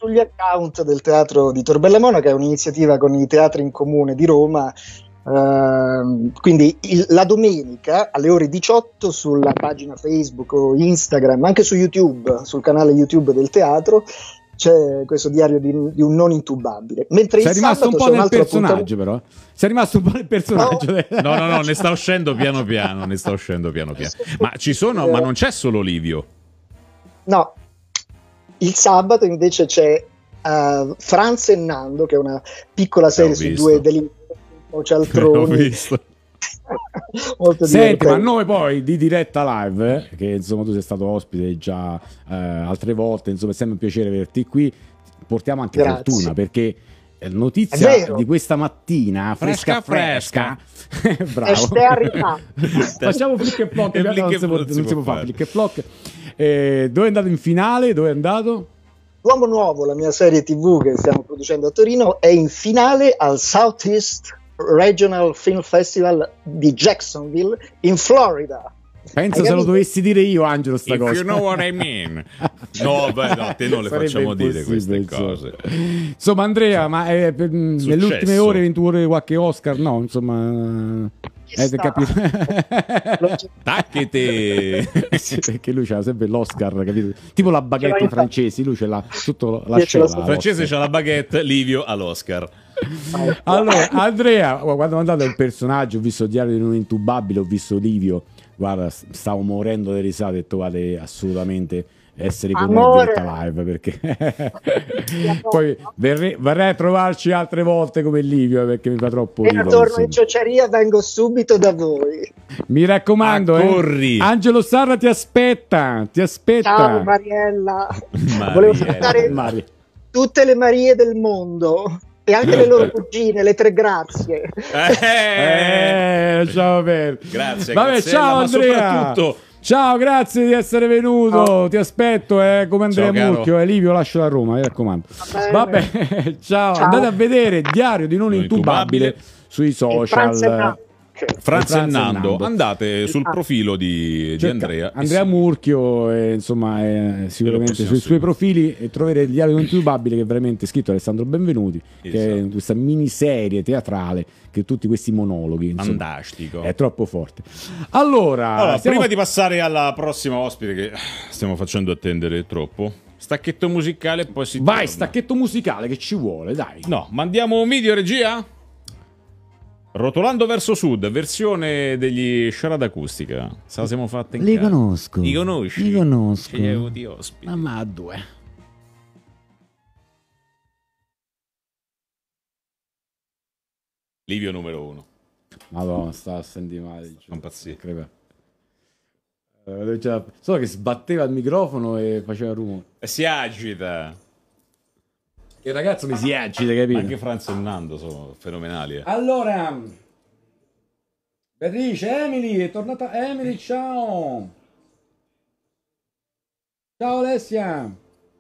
sugli account del teatro di Tor Bella Monaca, è un'iniziativa con i teatri in comune di Roma. Uh, quindi il, la domenica alle ore diciotto sulla pagina Facebook o Instagram, anche su YouTube, sul canale YouTube del teatro, c'è questo diario di, di un non intubabile. Mentre sei il rimasto un po' un nel personaggio, appuntamento... però. Sei rimasto un po' nel personaggio. No, no, no, no, ne sta uscendo piano piano. Ne sta uscendo piano piano. Ma ci sono, ma non c'è solo Livio. No, il sabato invece c'è uh, Franz e Nando, che è una piccola serie su due delinquenti cialtroni. Molto Senti, ma noi poi di diretta live, eh, che insomma tu sei stato ospite già eh, altre volte, insomma è sempre un piacere averti qui, portiamo anche Grazie. fortuna, perché notizia di questa mattina, fresca fresca, fresca. Bravo. Facciamo flick e flock, non, non si può, non si può fare flick e flock. Eh, dove è andato in finale? Dove è andato? L'Uomo Nuovo, la mia serie tivù che stiamo producendo a Torino, è in finale al Southeast Regional Film Festival di Jacksonville in Florida. Penso Hai se capito? Lo dovessi dire io, Angelo, sta If cosa. You know what I mean. No, beh, no, te non le Sarebbe facciamo dire queste insomma. cose. Insomma, Andrea, ma è per, nelle ultime ore hai vinto pure qualche Oscar? No, insomma... Avete capito? Tacchete! Sì, perché lui c'ha sempre l'Oscar, capito? Tipo la baguette francesi, lui ce l'ha sotto la scena. Il francese c'ha la baguette, Livio all'Oscar. Allora, Andrea, quando mandate un personaggio, ho visto il Diario di un intubabile, ho visto Livio, guarda, stavo morendo di risate, ho detto, guarda, assolutamente essere con noi in diretta live, perché poi verrei, verrei a trovarci altre volte come Livio, perché mi fa troppo ridere. Appena torno in ciociaria vengo subito da voi. Mi raccomando, eh. Angelo Sarra ti aspetta, ti aspetta. Ciao Mariella. Mariella. Volevo salutare Mari. tutte le Marie del mondo. E anche le loro cugine, le tre grazie. Eh, ciao per. Grazie. Vabbè, Graziella, ciao Andrea. Soprattutto... Ciao, grazie di essere venuto. Oh. Ti aspetto, eh, come Andrea ciao, Murchio. E Livio lascio la Roma, mi raccomando. Vabbè, ciao. ciao. Andate a vedere Diario di non, non intubabile, intubabile sui social. Franz e Nando, andate sul profilo di, di Andrea. Andrea Murchio, eh, insomma, eh, sicuramente sui suoi profili e troverete il Diario intubabile, che è veramente scritto Alessandro Benvenuti, esatto. Che è questa miniserie teatrale che tutti questi monologhi. Insomma, fantastico. È troppo forte. Allora, allora stiamo... prima di passare alla prossima ospite, che stiamo facendo attendere troppo, stacchetto musicale, poi si vai, torna. Stacchetto musicale che ci vuole, dai. No, mandiamo un video, regia? Rotolando verso sud, versione degli Sciarada Acustica. Se la siamo fatta in Li casa. conosco. Li conosci? Li conosco. Ci hai avuti ospiti. Mamma a due. Livio numero uno. Madonna, sta a sentire male. Non pazzire. Uh, solo che sbatteva il microfono e faceva rumore. E si agita. Il ragazzo mi si agita, capito? Anche Franz e Nando sono fenomenali. Eh. Allora, Beatrice, Emily, è tornata Emily, ciao. Ciao Alessia.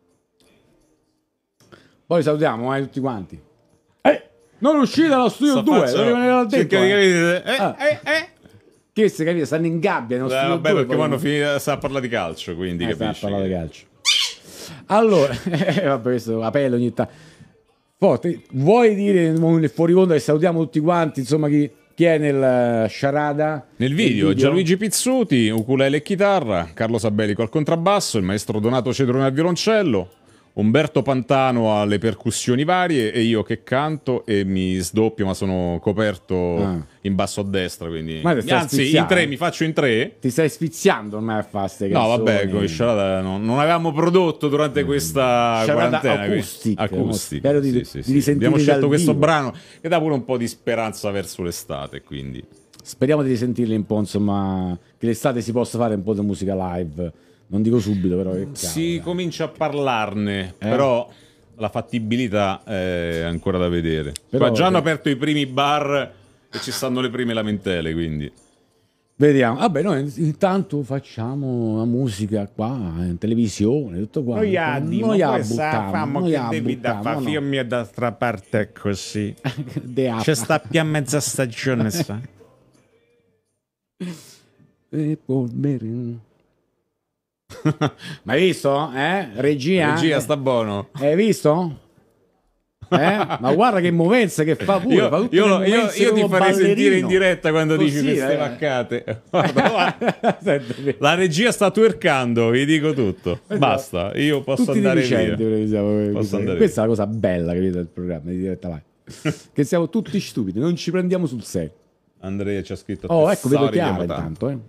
Poi salutiamo, eh, tutti quanti. Eh, non uscite dallo studio due, devi rimanere là dentro. Eh. Eh, ah. eh, eh. Che se capite, stanno in gabbia nello studio vabbè, due, perché vanno finito, sta a parlare di calcio, quindi eh, capisci. Sta a parlare di calcio. Allora, eh, vabbè, questo appello ogni tanto. Forte, vuoi dire nel fuori onda che salutiamo tutti quanti, insomma, chi, chi è nel uh, Sciarada? Nel video, video, Gianluigi Pizzuti, ukulele e chitarra, Carlo Sabelli col contrabbasso, il maestro Donato Cedrone al violoncello, Umberto Pantano alle percussioni varie e io che canto e mi sdoppio, ma sono coperto ah. in basso a destra, quindi anzi in tre, mi faccio in tre. Ti stai sfiziando ormai a fare ste canzoni. No vabbè, con Sciarada non, non avevamo prodotto durante questa Sciarada quarantena acoustic, acoustic. Spero di, sì, sì, di sì. Abbiamo scelto questo vivo. brano che dà pure un po' di speranza verso l'estate, quindi speriamo di risentirli un po', insomma, che l'estate si possa fare un po' di musica live. Non dico subito, però. Che si cavolo. comincia a parlarne, eh? Però la fattibilità è ancora da vedere. Però, Qua già hanno eh. aperto i primi bar e ci stanno le prime lamentele, quindi. Vediamo. Vabbè, noi intanto facciamo la musica qua, in televisione, tutto qua. Noi a di, noi ma a questa famo che devi da fa film no. d'altra parte così. C'è sta più a mezza stagione, sa. E poi Ma hai visto? Eh? Regia? Regia sta buono. Hai visto? Eh? Ma guarda che movenza che fa pure. Io, fa tutte io, le io, movenze io ti come farei ballerino. sentire in diretta quando Così, dici queste eh. vaccate. Guarda, guarda. La regia sta twerkando, vi dico tutto. Basta, io posso Tutti andare deficienti, via. diciamo, Posso andare questa è la cosa bella, capito, del programma di diretta live. Che siamo tutti stupidi, non ci prendiamo sul serio. Andrea ci ha scritto. Oh, ecco, vedo Tesori, Chiara chiamo intanto, eh.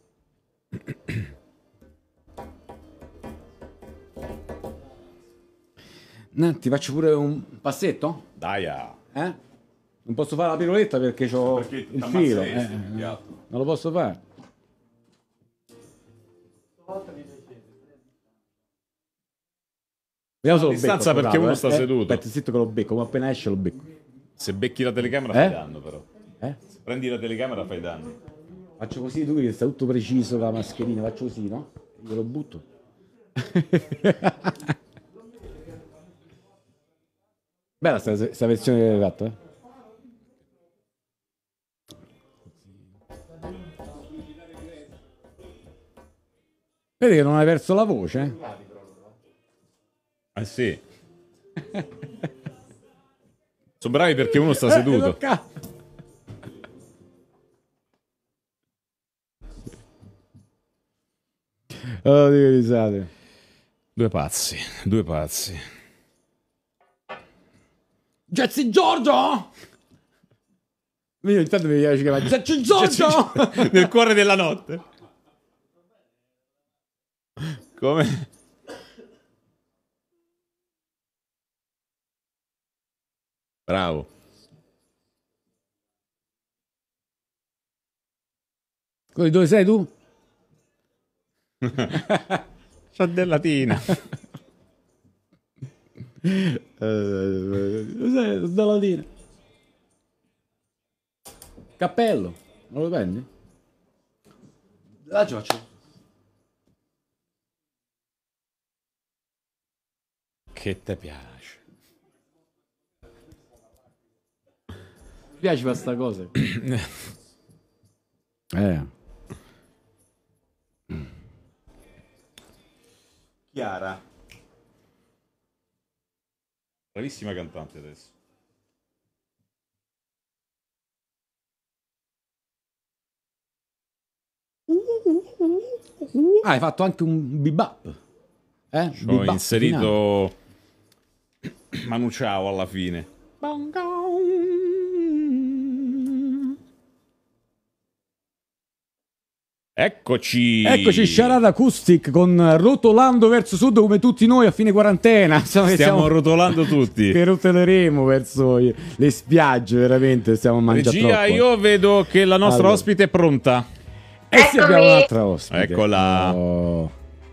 No, ti faccio pure un passetto? Dai, ah. Eh? Non posso fare la piroletta perché ho Perché il t'ammazza filo. questo, eh, il piatto. non lo posso fare. Vediamo se lo distanza becco, perché bravo, uno eh. sta Eh, seduto. Aspetta, zitto che lo becco, ma appena esce lo becco. Se becchi la telecamera Eh? fai danno, però. Eh? Se prendi la telecamera fai danno. Faccio così, tu che sta tutto preciso con la mascherina, faccio così, no? Io lo butto. Bella sta, sta versione che hai fatto, eh? Vedi che non hai perso la voce? Eh? Ah sì. Sono bravi perché uno sta seduto. Oh, che risate. Due pazzi, due pazzi. Jazzy Giorgio! Io intanto mi piace chiamare Jazzy Giorgio! Nel cuore della notte. Come? Bravo. Dove sei tu? C'ha del latina. Cos'è? Da latina. Cappello. Non lo prendi? Là ci faccio. Che te piace? Mi piace questa cosa. Eh. Chiara. Bravissima cantante adesso. Ah, hai fatto anche un bebop. Eh? Ho Bebop inserito Manu Ciao alla fine. Eccoci. Eccoci, Sharada Acoustic con Rotolando verso sud come tutti noi a fine quarantena. Stiamo, Stiamo stiamo rotolando tutti. che rotoleremo verso le spiagge, veramente stiamo mangiando Regia, troppo. io vedo che la nostra Allora. ospite è pronta. E se Eccomi. abbiamo un'altra ospite. Eccola. Oh.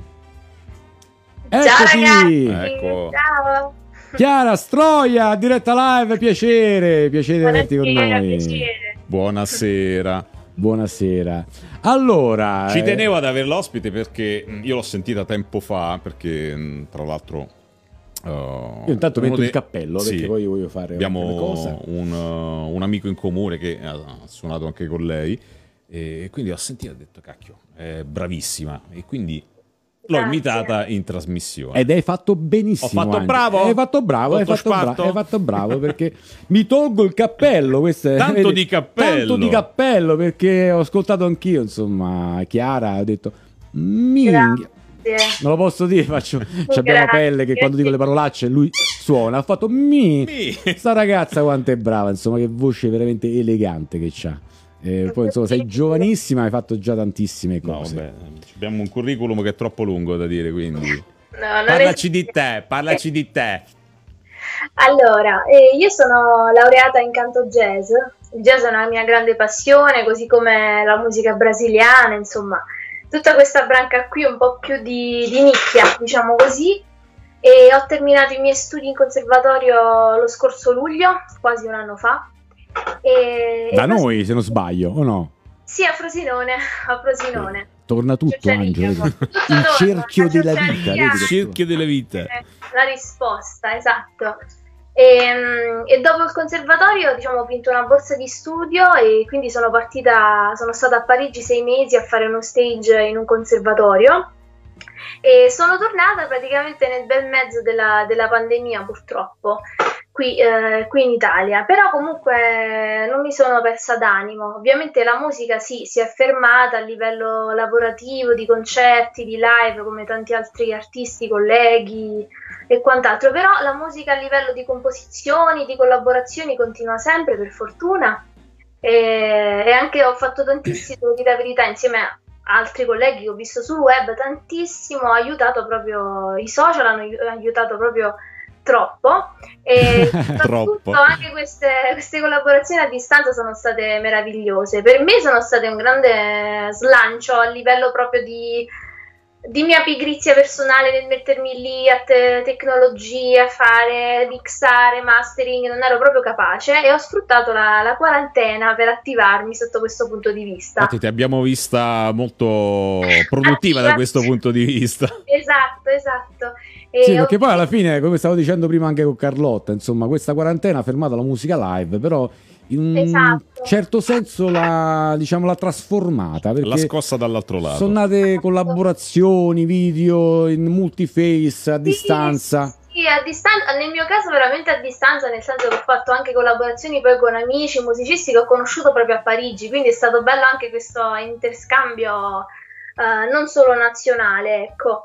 Ciao Eccoci. ragazzi, Ecco. ciao. Chiara Stroia, diretta live, piacere, piacere di averti con Buonasera, noi. piacere. Buonasera. Buonasera. Allora, Ci eh, tenevo ad avere l'ospite perché mh, io l'ho sentita tempo fa, perché mh, tra l'altro... uh, io intanto uno metto dei- il cappello Sì. perché poi voglio fare una Abbiamo cosa. un, uh, un amico in comune che ha suonato anche con lei e quindi ho sentito e ho detto cacchio, è bravissima e quindi l'ho Grazie. invitata in trasmissione. Ed hai fatto benissimo. Ho fatto Andy. bravo? Hai fatto bravo, hai Tutto fatto, bra- sfatto? hai fatto bravo perché mi tolgo il cappello. Questo è- Tanto vedi, di cappello. Tanto di cappello perché ho ascoltato anch'io, insomma, Chiara, ho detto minchia. Grazie. Non lo posso dire, faccio abbiamo Grazie. pelle che quando dico le parolacce lui suona. Ha fatto mi. Mi. Sta ragazza quanto è brava, insomma, che voce veramente elegante che c'ha. Eh, poi insomma sei giovanissima, hai fatto già tantissime No, cose. vabbè, abbiamo un curriculum che è troppo lungo da dire, quindi... No, non Parlaci è- di te, parlaci di te. Allora, eh, io sono laureata in canto jazz. Il jazz è una mia grande passione, così come la musica brasiliana, insomma, tutta questa branca qui un po' più di, di nicchia, diciamo così. E ho terminato i miei studi in conservatorio lo scorso luglio, quasi un anno fa. E, Da e noi, se non sbaglio, o no? Sì, a Frosinone, a Frosinone. Torna tutto, Ciociaria, Angelo. tutto Il torna, cerchio la della ciociaria. vita. Vedi che- Cerchio della vita. Eh, la risposta, esatto. E, mm, e dopo il conservatorio, diciamo, ho vinto una borsa di studio e quindi sono partita, sono stata a Parigi sei mesi a fare uno stage in un conservatorio E sono tornata praticamente nel bel mezzo della, della pandemia, purtroppo, qui, eh, qui in Italia, però comunque non mi sono persa d'animo. Ovviamente la musica sì, si è fermata a livello lavorativo, di concerti, di live, come tanti altri artisti, colleghi e quant'altro, però la musica a livello di composizioni, di collaborazioni continua sempre, per fortuna, e, e anche ho fatto tantissimo, devo dire la verità, insieme a altri colleghi che ho visto sul web, tantissimo, ha aiutato proprio, i social hanno aiutato proprio troppo, e soprattutto anche queste, queste collaborazioni a distanza sono state meravigliose. Per me sono state un grande slancio a livello proprio di, di mia pigrizia personale nel mettermi lì a te- tecnologie, a fare, mixare, mastering, non ero proprio capace, e ho sfruttato la, la quarantena per attivarmi sotto questo punto di vista. Infatti ti abbiamo vista molto produttiva da questo punto di vista. Esatto, esatto. E sì, perché ho... poi alla fine, come stavo dicendo prima anche con Carlotta, insomma, questa quarantena ha fermato la musica live, però in un esatto. certo senso l'ha, diciamo, l'ha trasformata, perché l'ha scossa dall'altro lato. Sono nate collaborazioni, video in multiface a sì, distanza. Sì, a distanza, nel mio caso veramente a distanza, nel senso che ho fatto anche collaborazioni poi con amici, musicisti che ho conosciuto proprio a Parigi, quindi è stato bello anche questo interscambio uh, non solo nazionale, ecco.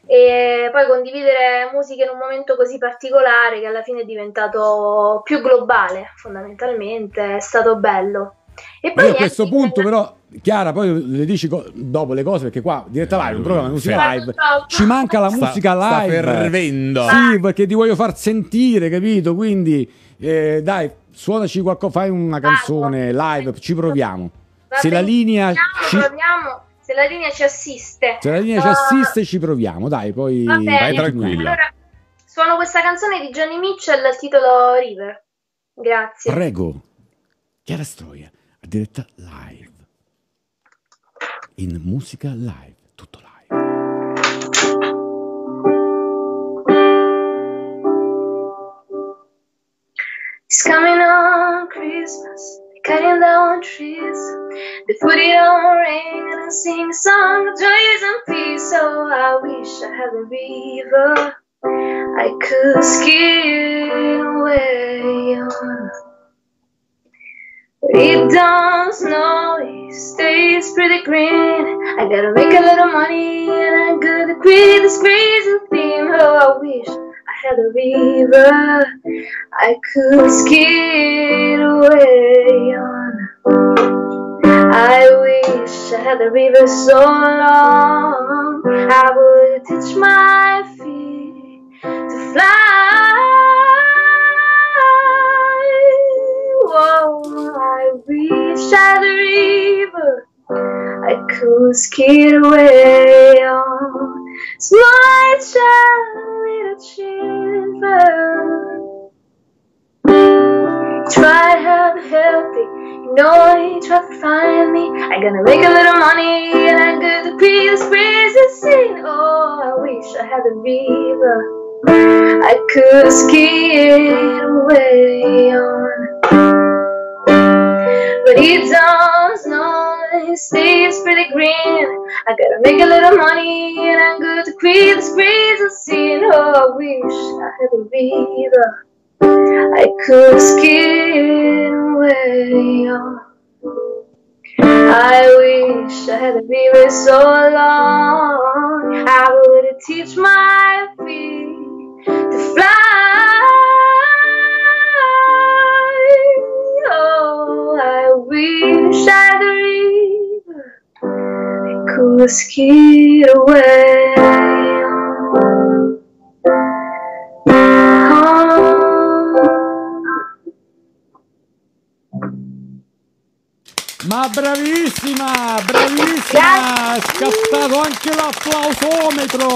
E poi condividere musica in un momento così particolare che alla fine è diventato più globale, fondamentalmente è stato bello. E poi io a questo punto però, Chiara, poi le dici dopo le cose, perché qua diretta live, un programma di musica live, ci manca la musica sta, live, sta fervendo. Sì, perché ti voglio far sentire, capito? Quindi eh, dai, suonaci qualcosa, fai una canzone live, ci proviamo. Va se bene, la linea proviamo, ci... proviamo. Se la linea ci assiste. Se la linea uh, ci assiste, ci proviamo, dai, poi vai tranquilla. Allora, suono questa canzone di Johnny Mitchell dal titolo River. Grazie. Prego. Chiara Stroia, a diretta live. In musica live, tutto live. It's coming on Christmas. Cutting down trees, they put it on rain and sing a song of joys and peace. So I wish I had a river I could skate away on. But it don't snow, it stays pretty green. I gotta make a little money and I gotta quit this crazy thing. Oh, I wish I had a river I could skate away on. I wish I had a river so long I would teach my feet to fly. Whoa, I wish I had a river I could skate away on. Small child, little children, try hard to help it, you know he tried to find me. I gotta make a little money and I gotta pay this crazy scene. Oh, I wish I had a river I could skate away on. But it don't snow, it stays pretty green. I gotta make a little money and I'm good to quit this crazy scene. Oh, I wish I had a river I could skate away on. I wish I had a river so long I would teach my feet to fly. Oh, I wish I had a river I could skate away on. Ma bravissima, bravissima, ha scattato anche l'applausometro.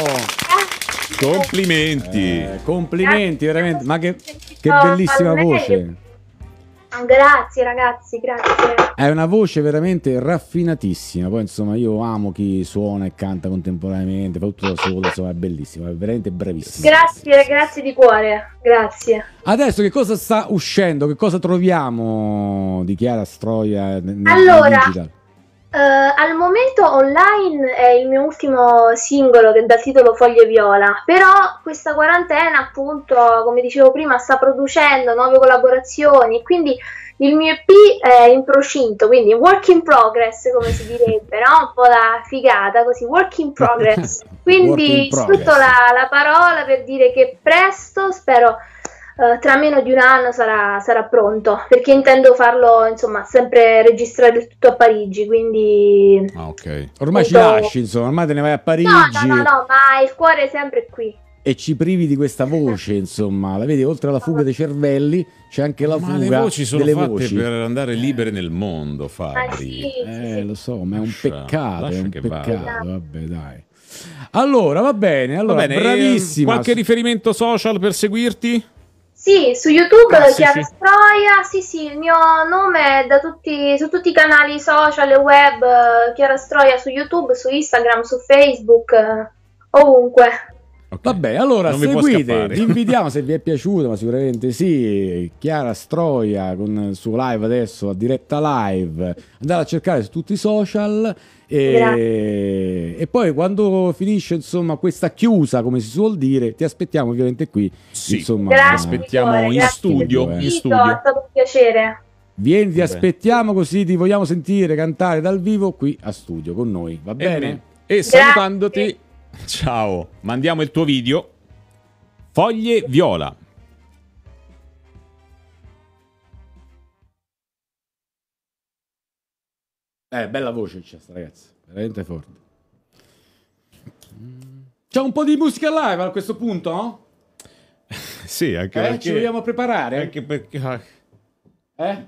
Complimenti. Eh, complimenti, veramente, ma che, che bellissima voce. Grazie ragazzi, grazie. È una voce veramente raffinatissima. Poi insomma io amo chi suona e canta contemporaneamente, fa tutto da solo, insomma è bellissimo, è veramente bravissimo. Grazie, grazie di cuore, grazie. Adesso che cosa sta uscendo? Che cosa troviamo di Chiara Stroia nel allora, digital? al momento Online è il mio ultimo singolo che dal titolo Foglie Viola, però questa quarantena, appunto, come dicevo prima, sta producendo nuove collaborazioni, quindi il mio E P è in procinto, quindi work in progress, come si direbbe, no? Un po' la figata, così, work in progress. Quindi in progress. sfrutto la, la parola per dire che presto, spero Uh, tra meno di un anno sarà, sarà pronto, perché intendo farlo, insomma, sempre registrare il tutto a Parigi, quindi... Ah, ok. Ormai ci Molto- lasci, insomma, ormai te ne vai a Parigi No, no, no, no, ma il cuore è sempre qui. e ci privi di questa voce, insomma. La vedi, oltre alla fuga dei cervelli c'è anche la Ma fuga le voci sono delle fatte voci. per andare libere nel mondo, Ah, Fabri. sì, sì, Eh, sì. lo so, ma è un Lascia- peccato, è lascia un che peccato, vada. vabbè, dai. Allora, va bene, allora, Va bene, bravissima. eh, qualche riferimento social per seguirti? Sì, su YouTube Classici. Chiara Stroia, sì sì, il mio nome è da tutti, su tutti i canali social e web, eh, Chiara Stroia su YouTube, su Instagram, su Facebook, eh, ovunque. Ok. Vabbè, allora Non mi può seguite, scappare. vi invitiamo se vi è piaciuto, ma sicuramente sì, Chiara Stroia con il suo live adesso a diretta live, andate a cercare su tutti i social e, e poi quando finisce insomma questa chiusa, come si suol dire, ti aspettiamo ovviamente qui. Sì. Insomma, Grazie, aspettiamo Vittorio, in grazie studio, per in l'invito, studio. è stato un piacere. vieni, ti Vabbè. aspettiamo così ti vogliamo sentire cantare dal vivo qui a studio con noi, va bene? E salutandoti, ciao, mandiamo il tuo video. Foglie Viola. Eh, bella voce c'è sta ragazza, veramente forte. C'è un po' di musica live a questo punto, no? Sì, anche Eh, perché... ci vogliamo preparare? Anche perché... Eh?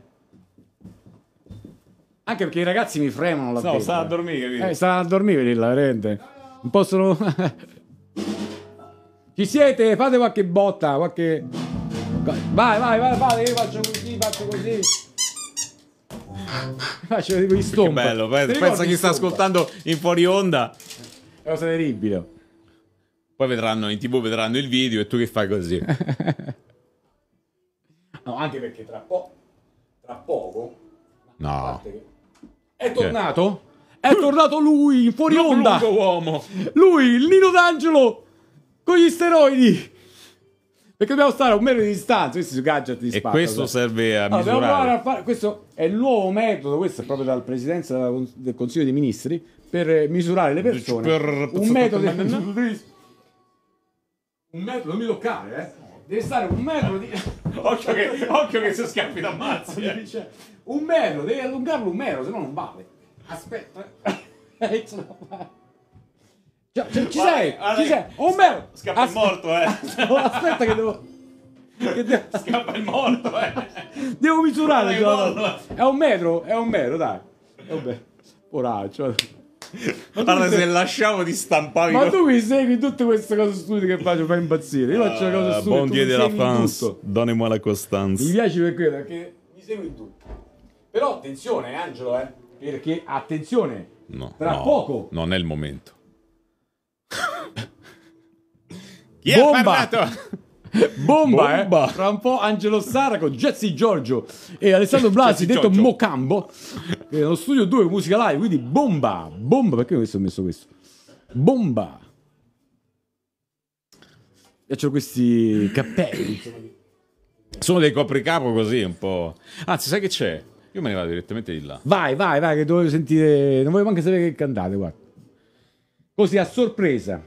Anche perché i ragazzi mi fremano la No, testa. sta a dormire, capito? Eh, stanno a dormire lì, là, veramente. Non possono... Ci siete? Fate qualche botta, qualche... Vai, vai, vai, vai, io faccio così, faccio così. Faccio quegli Che stomp. bello, Ti pensa, ricordi pensa chi sta stomp? ascoltando in fuori onda. È una cosa terribile. Poi vedranno in tv, vedranno il video e tu che fai così. No, anche perché tra, po- tra poco... No. È tornato? È tornato lui, in fuori onda! Lungo uomo. Lui, il Nino D'Angelo, con gli steroidi! Perché dobbiamo stare a un metro di distanza, questi sono gadget di E spazio. questo serve a No, dobbiamo provare misurare. a fare... Questo è il nuovo metodo, questo è proprio dalla presidenza della- del Consiglio dei Ministri, per eh, misurare le persone. Per- Un metodo... Un metro, non mi toccare, eh! Deve stare un metro di... Occhio che, occhio che se scappi da mazzi. Mi dice, un metro, devi allungarlo un metro, se no non vale. Aspetta. Eh, ce la fa. Cioè, cioè, ci Guarda, sei? guarda Ci che sei? Un metro! Scappa il Aspetta. morto, eh. No, aspetta che devo... Che devo... Scappa il morto, eh. devo misurare. Guarda che cioè, morto. è un metro, è un metro, dai. Vabbè. Poraccio. Ma tu, Guarda, mi se segui... lasciamo ti stampavi. Ma con- tu mi segui tutte queste cose stupide che faccio, fai impazzire. Io faccio le cose Ah, stupide. Bon tu Dieu mi de la segui in France, tutto. donnez-moi la Mi Constance. piace per quello, perché mi segui in tutto. Però attenzione, Angelo, eh. Perché, attenzione, No, tra no, poco... non è il momento. Chi Bomba! ha parlato? Bomba, Bomba. eh! Tra un po' Angelo Sara con Jesse Giorgio e Alessandro Blasi, Jesse detto Giorgio. Mocambo, che è nello studio due musica live, quindi bomba! Bomba, perché questo ho messo questo? Bomba! Piacciono questi cappelli. insomma. Sono dei copricapo così un po'. Anzi, sai che c'è? Io me ne vado direttamente di là. Vai, vai, vai, che dovevo sentire... Non voglio neanche sapere che cantate, guarda. Così, a sorpresa.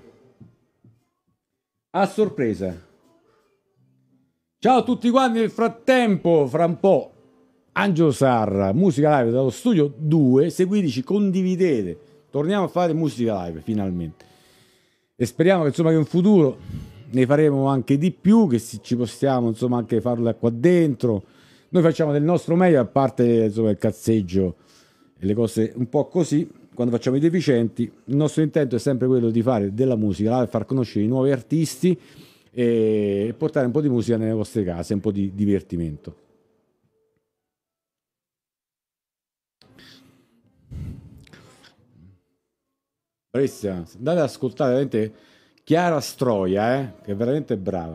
A sorpresa. Ciao a tutti quanti, nel frattempo, fra un po', Angelo Sarra, musica live dallo studio due, seguiteci, condividete, torniamo a fare musica live, finalmente. E speriamo che, insomma, che in futuro ne faremo anche di più, che si- ci possiamo, insomma, anche farlo qua dentro. Noi facciamo del nostro meglio, a parte, insomma, il cazzeggio e le cose un po' così, quando facciamo i deficienti. Il nostro intento è sempre quello di fare della musica live, far conoscere i nuovi artisti e portare un po' di musica nelle vostre case, un po' di divertimento. Bravissima, andate ad ascoltare veramente Chiara Stroia, eh, che è veramente brava.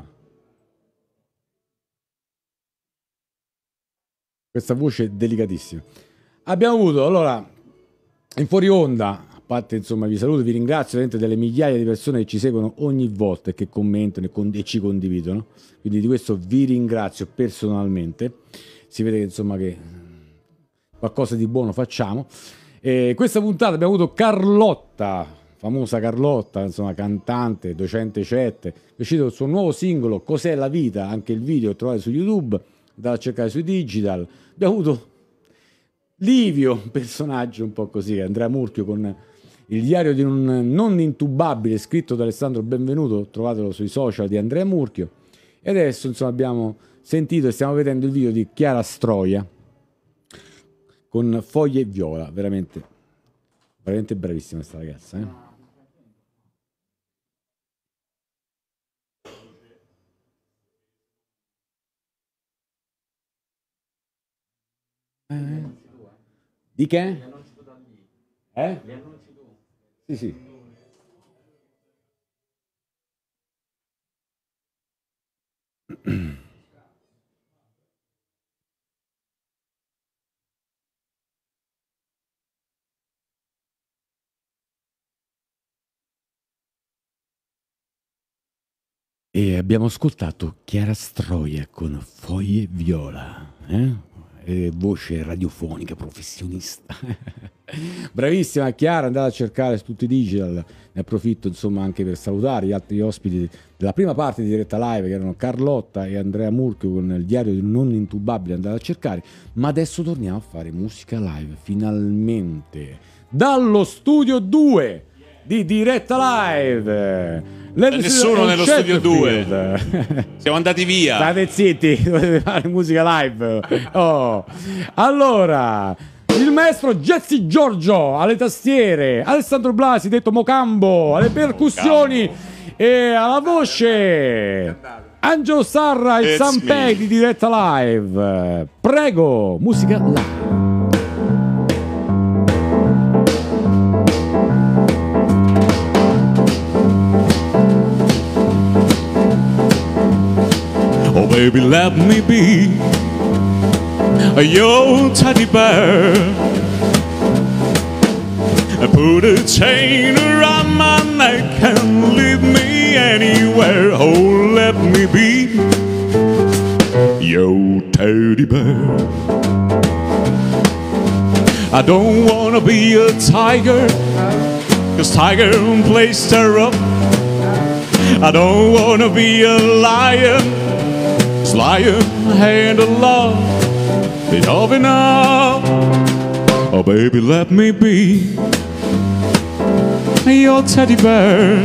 Questa voce delicatissima. Abbiamo avuto allora in fuori onda, a parte insomma vi saluto, vi ringrazio veramente delle migliaia di persone che ci seguono ogni volta e che commentano e, con- e ci condividono, quindi di questo vi ringrazio personalmente. Si vede che insomma che qualcosa di buono facciamo. E questa puntata abbiamo avuto Carlotta, famosa Carlotta, insomma cantante, docente C E T, è uscito il suo nuovo singolo Cos'è la vita, anche il video lo trovate su YouTube, andate a cercare sui digital. Abbiamo avuto Livio, un personaggio un po' così, Andrea Murchio con il diario di un non intubabile scritto da Alessandro Benvenuto, trovatelo sui social di Andrea Murchio. E adesso insomma abbiamo sentito e stiamo vedendo il video di Chiara Stroia con Foglie Viola, veramente veramente bravissima questa ragazza, eh? Eh? Di che? Eh? Sì, sì. E abbiamo ascoltato Chiara Stroia con Foglie Viola, eh? E voce radiofonica professionista. Bravissima Chiara, andate a cercare su tutti i digital. Ne approfitto insomma anche per salutare gli altri ospiti della prima parte di diretta live, che erano Carlotta e Andrea Murchio con il diario di un non intubabile, andate a cercare. Ma adesso torniamo a fare musica live finalmente dallo studio due di diretta live. Nessuno nello studio due. Siamo andati via. State zitti, dovete fare musica live. Oh. Allora, il maestro Jesse Giorgio alle tastiere, Alessandro Blasi detto Mocambo alle percussioni e alla voce Angelo Sarra e Sanpei di diretta live. Prego, musica live. Oh baby, let me be your teddy bear. Put a chain around my neck and leave me anywhere. Oh, let me be your teddy bear. I don't wanna be a tiger, 'cause tiger plays terror. I don't wanna be a lion, lion hand of love, be love enough. Oh baby, let me be your teddy bear.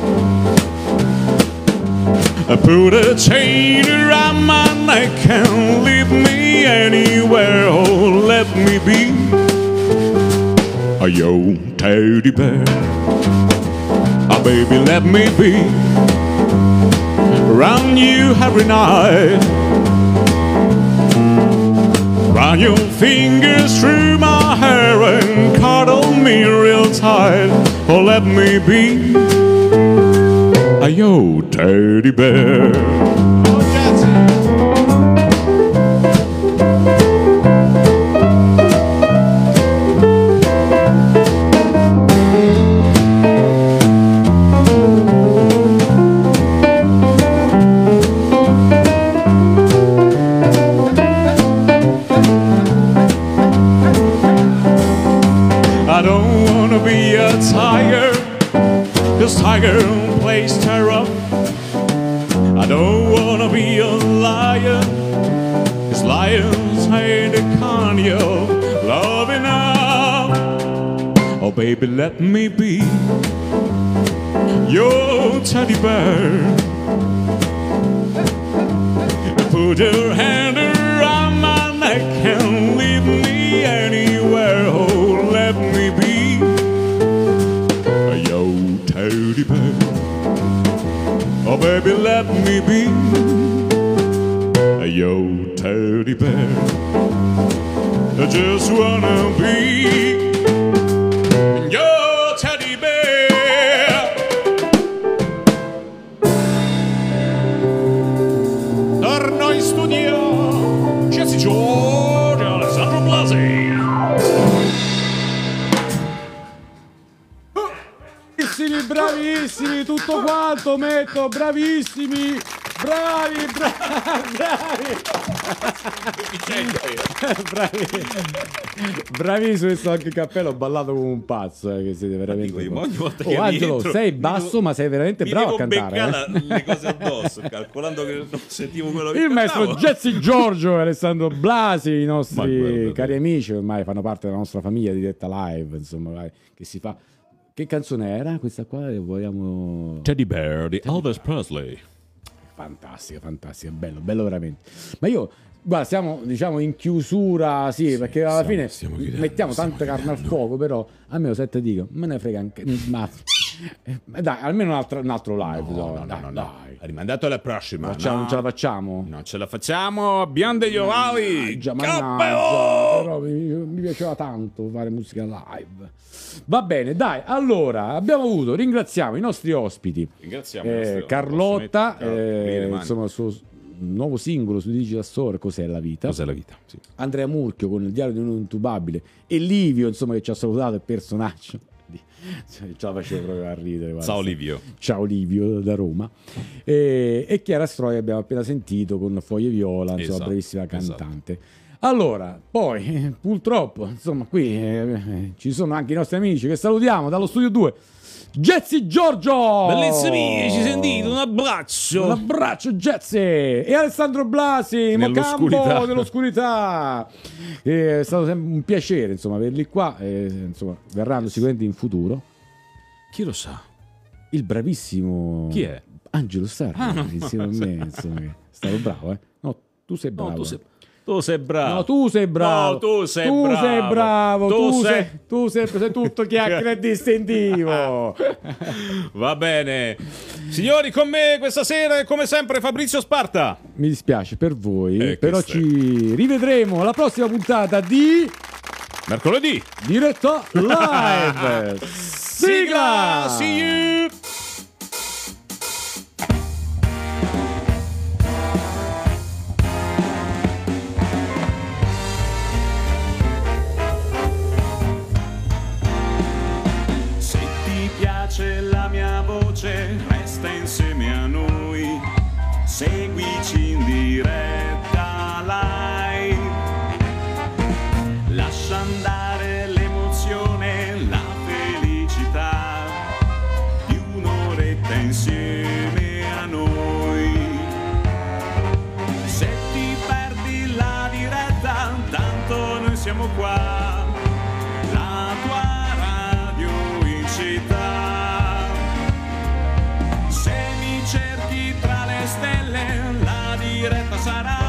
I put a chain around my neck and leave me anywhere. Oh, let me be your teddy bear. Oh baby, let me be around you every night. Run your fingers through my hair and cuddle me real tight. Oh, let me be a your teddy bear. Oh, tiger plays terror. I don't wanna be a lion, 'cause lions ain't a kind of love enough. Oh baby, let me be your teddy bear. Put your hand around my neck and leave me anywhere. Oh, let me be your teddy bear. Oh baby, let me be your teddy bear. I just wanna be your teddy bear. Torno in studio, Jesse Giorgio, Alessandro Blasi. bravissimi, tutto quanto metto, bravissimi, bravi, bravi, bravi, bravi, bravissimo, questo anche il cappello, ho ballato come un pazzo, eh, che siete veramente... Dico, ogni volta oh, che Angelo, rientro, sei basso, devo, ma sei veramente bravo a cantare. Mi eh? le cose addosso, calcolando che non sentivo quello che Il cantavo. maestro Jesse Giorgio e Alessandro Blasi, i nostri guarda, cari amici, ormai fanno parte della nostra famiglia diretta live, insomma, vai, che si fa. Che canzone era questa qua? Vogliamo... Teddy Bear di Elvis Presley. Fantastica, fantastica, bello, bello veramente. Ma io, guarda, siamo diciamo in chiusura, sì, sì perché alla stiamo, fine stiamo chiudendo, mettiamo stiamo tanta carne chiudendo. al fuoco, però almeno se te dico, me ne frega anche... Ma, eh, dai, almeno un altro, un altro live. No, dai, no, no, dai, no, no. dai. Rimandato alla prossima. Facciamo, no. Non ce la facciamo? Non ce la facciamo, abbiamo degli ovali. Già, Cappeo! però mi, mi piaceva tanto fare musica live. Va bene, dai, allora abbiamo avuto, ringraziamo i nostri ospiti. Ringraziamo eh, i nostri- Carlotta, posso mettere- eh, Ciao, insomma il suo nuovo singolo su Digital Store, Cos'è la vita? Cos'è la vita? Sì. Andrea Murchio con il diario di un intubabile e Livio, insomma, che ci ha salutato, il personaggio. Ce la facevo proprio a ridere. Guarda. Ciao Livio. Ciao Livio da Roma. E, e Chiara Stroi abbiamo appena sentito con Foglie Viola, insomma, Esatto, bravissima esatto. cantante. Allora, poi eh, purtroppo, insomma, qui eh, ci sono anche i nostri amici che salutiamo dallo studio due. Jesse Giorgio! Bellissimi, ci sentite, un abbraccio. Un abbraccio Jesse! E Alessandro Blasi, Nell'oscurità. Mocambo dell'oscurità! Eh, È stato sempre un piacere, insomma, averli qua. E, insomma, verranno sicuramente in futuro. Chi lo sa? Il bravissimo... Chi è? Angelo Sarri, Ah, no, insieme no, a me, insomma, che è stato bravo, eh? No, tu sei bravo. No, tu eh. sei, tu sei bravo. No, tu sei bravo. No, tu sei tu bravo. Sei bravo. Tu Tu, sei- sei, tu sei, sei tutto chiacchiere e distintivo. Va bene. Signori, con me questa sera è come sempre Fabrizio Sparta. Mi dispiace per voi, Eh, che però stai- ci rivedremo alla prossima puntata di Mercoledì. Diretta Live. Sigla! See you. Se ti piace la mia voce, resta insieme a noi. Seguici in diretta live. Lascia andare l'emozione, la felicità di un'oretta insieme a noi. Se ti perdi la diretta, tanto noi siamo qua. La tua radio in città. Se mi cerchi tra le stelle, la diretta sarà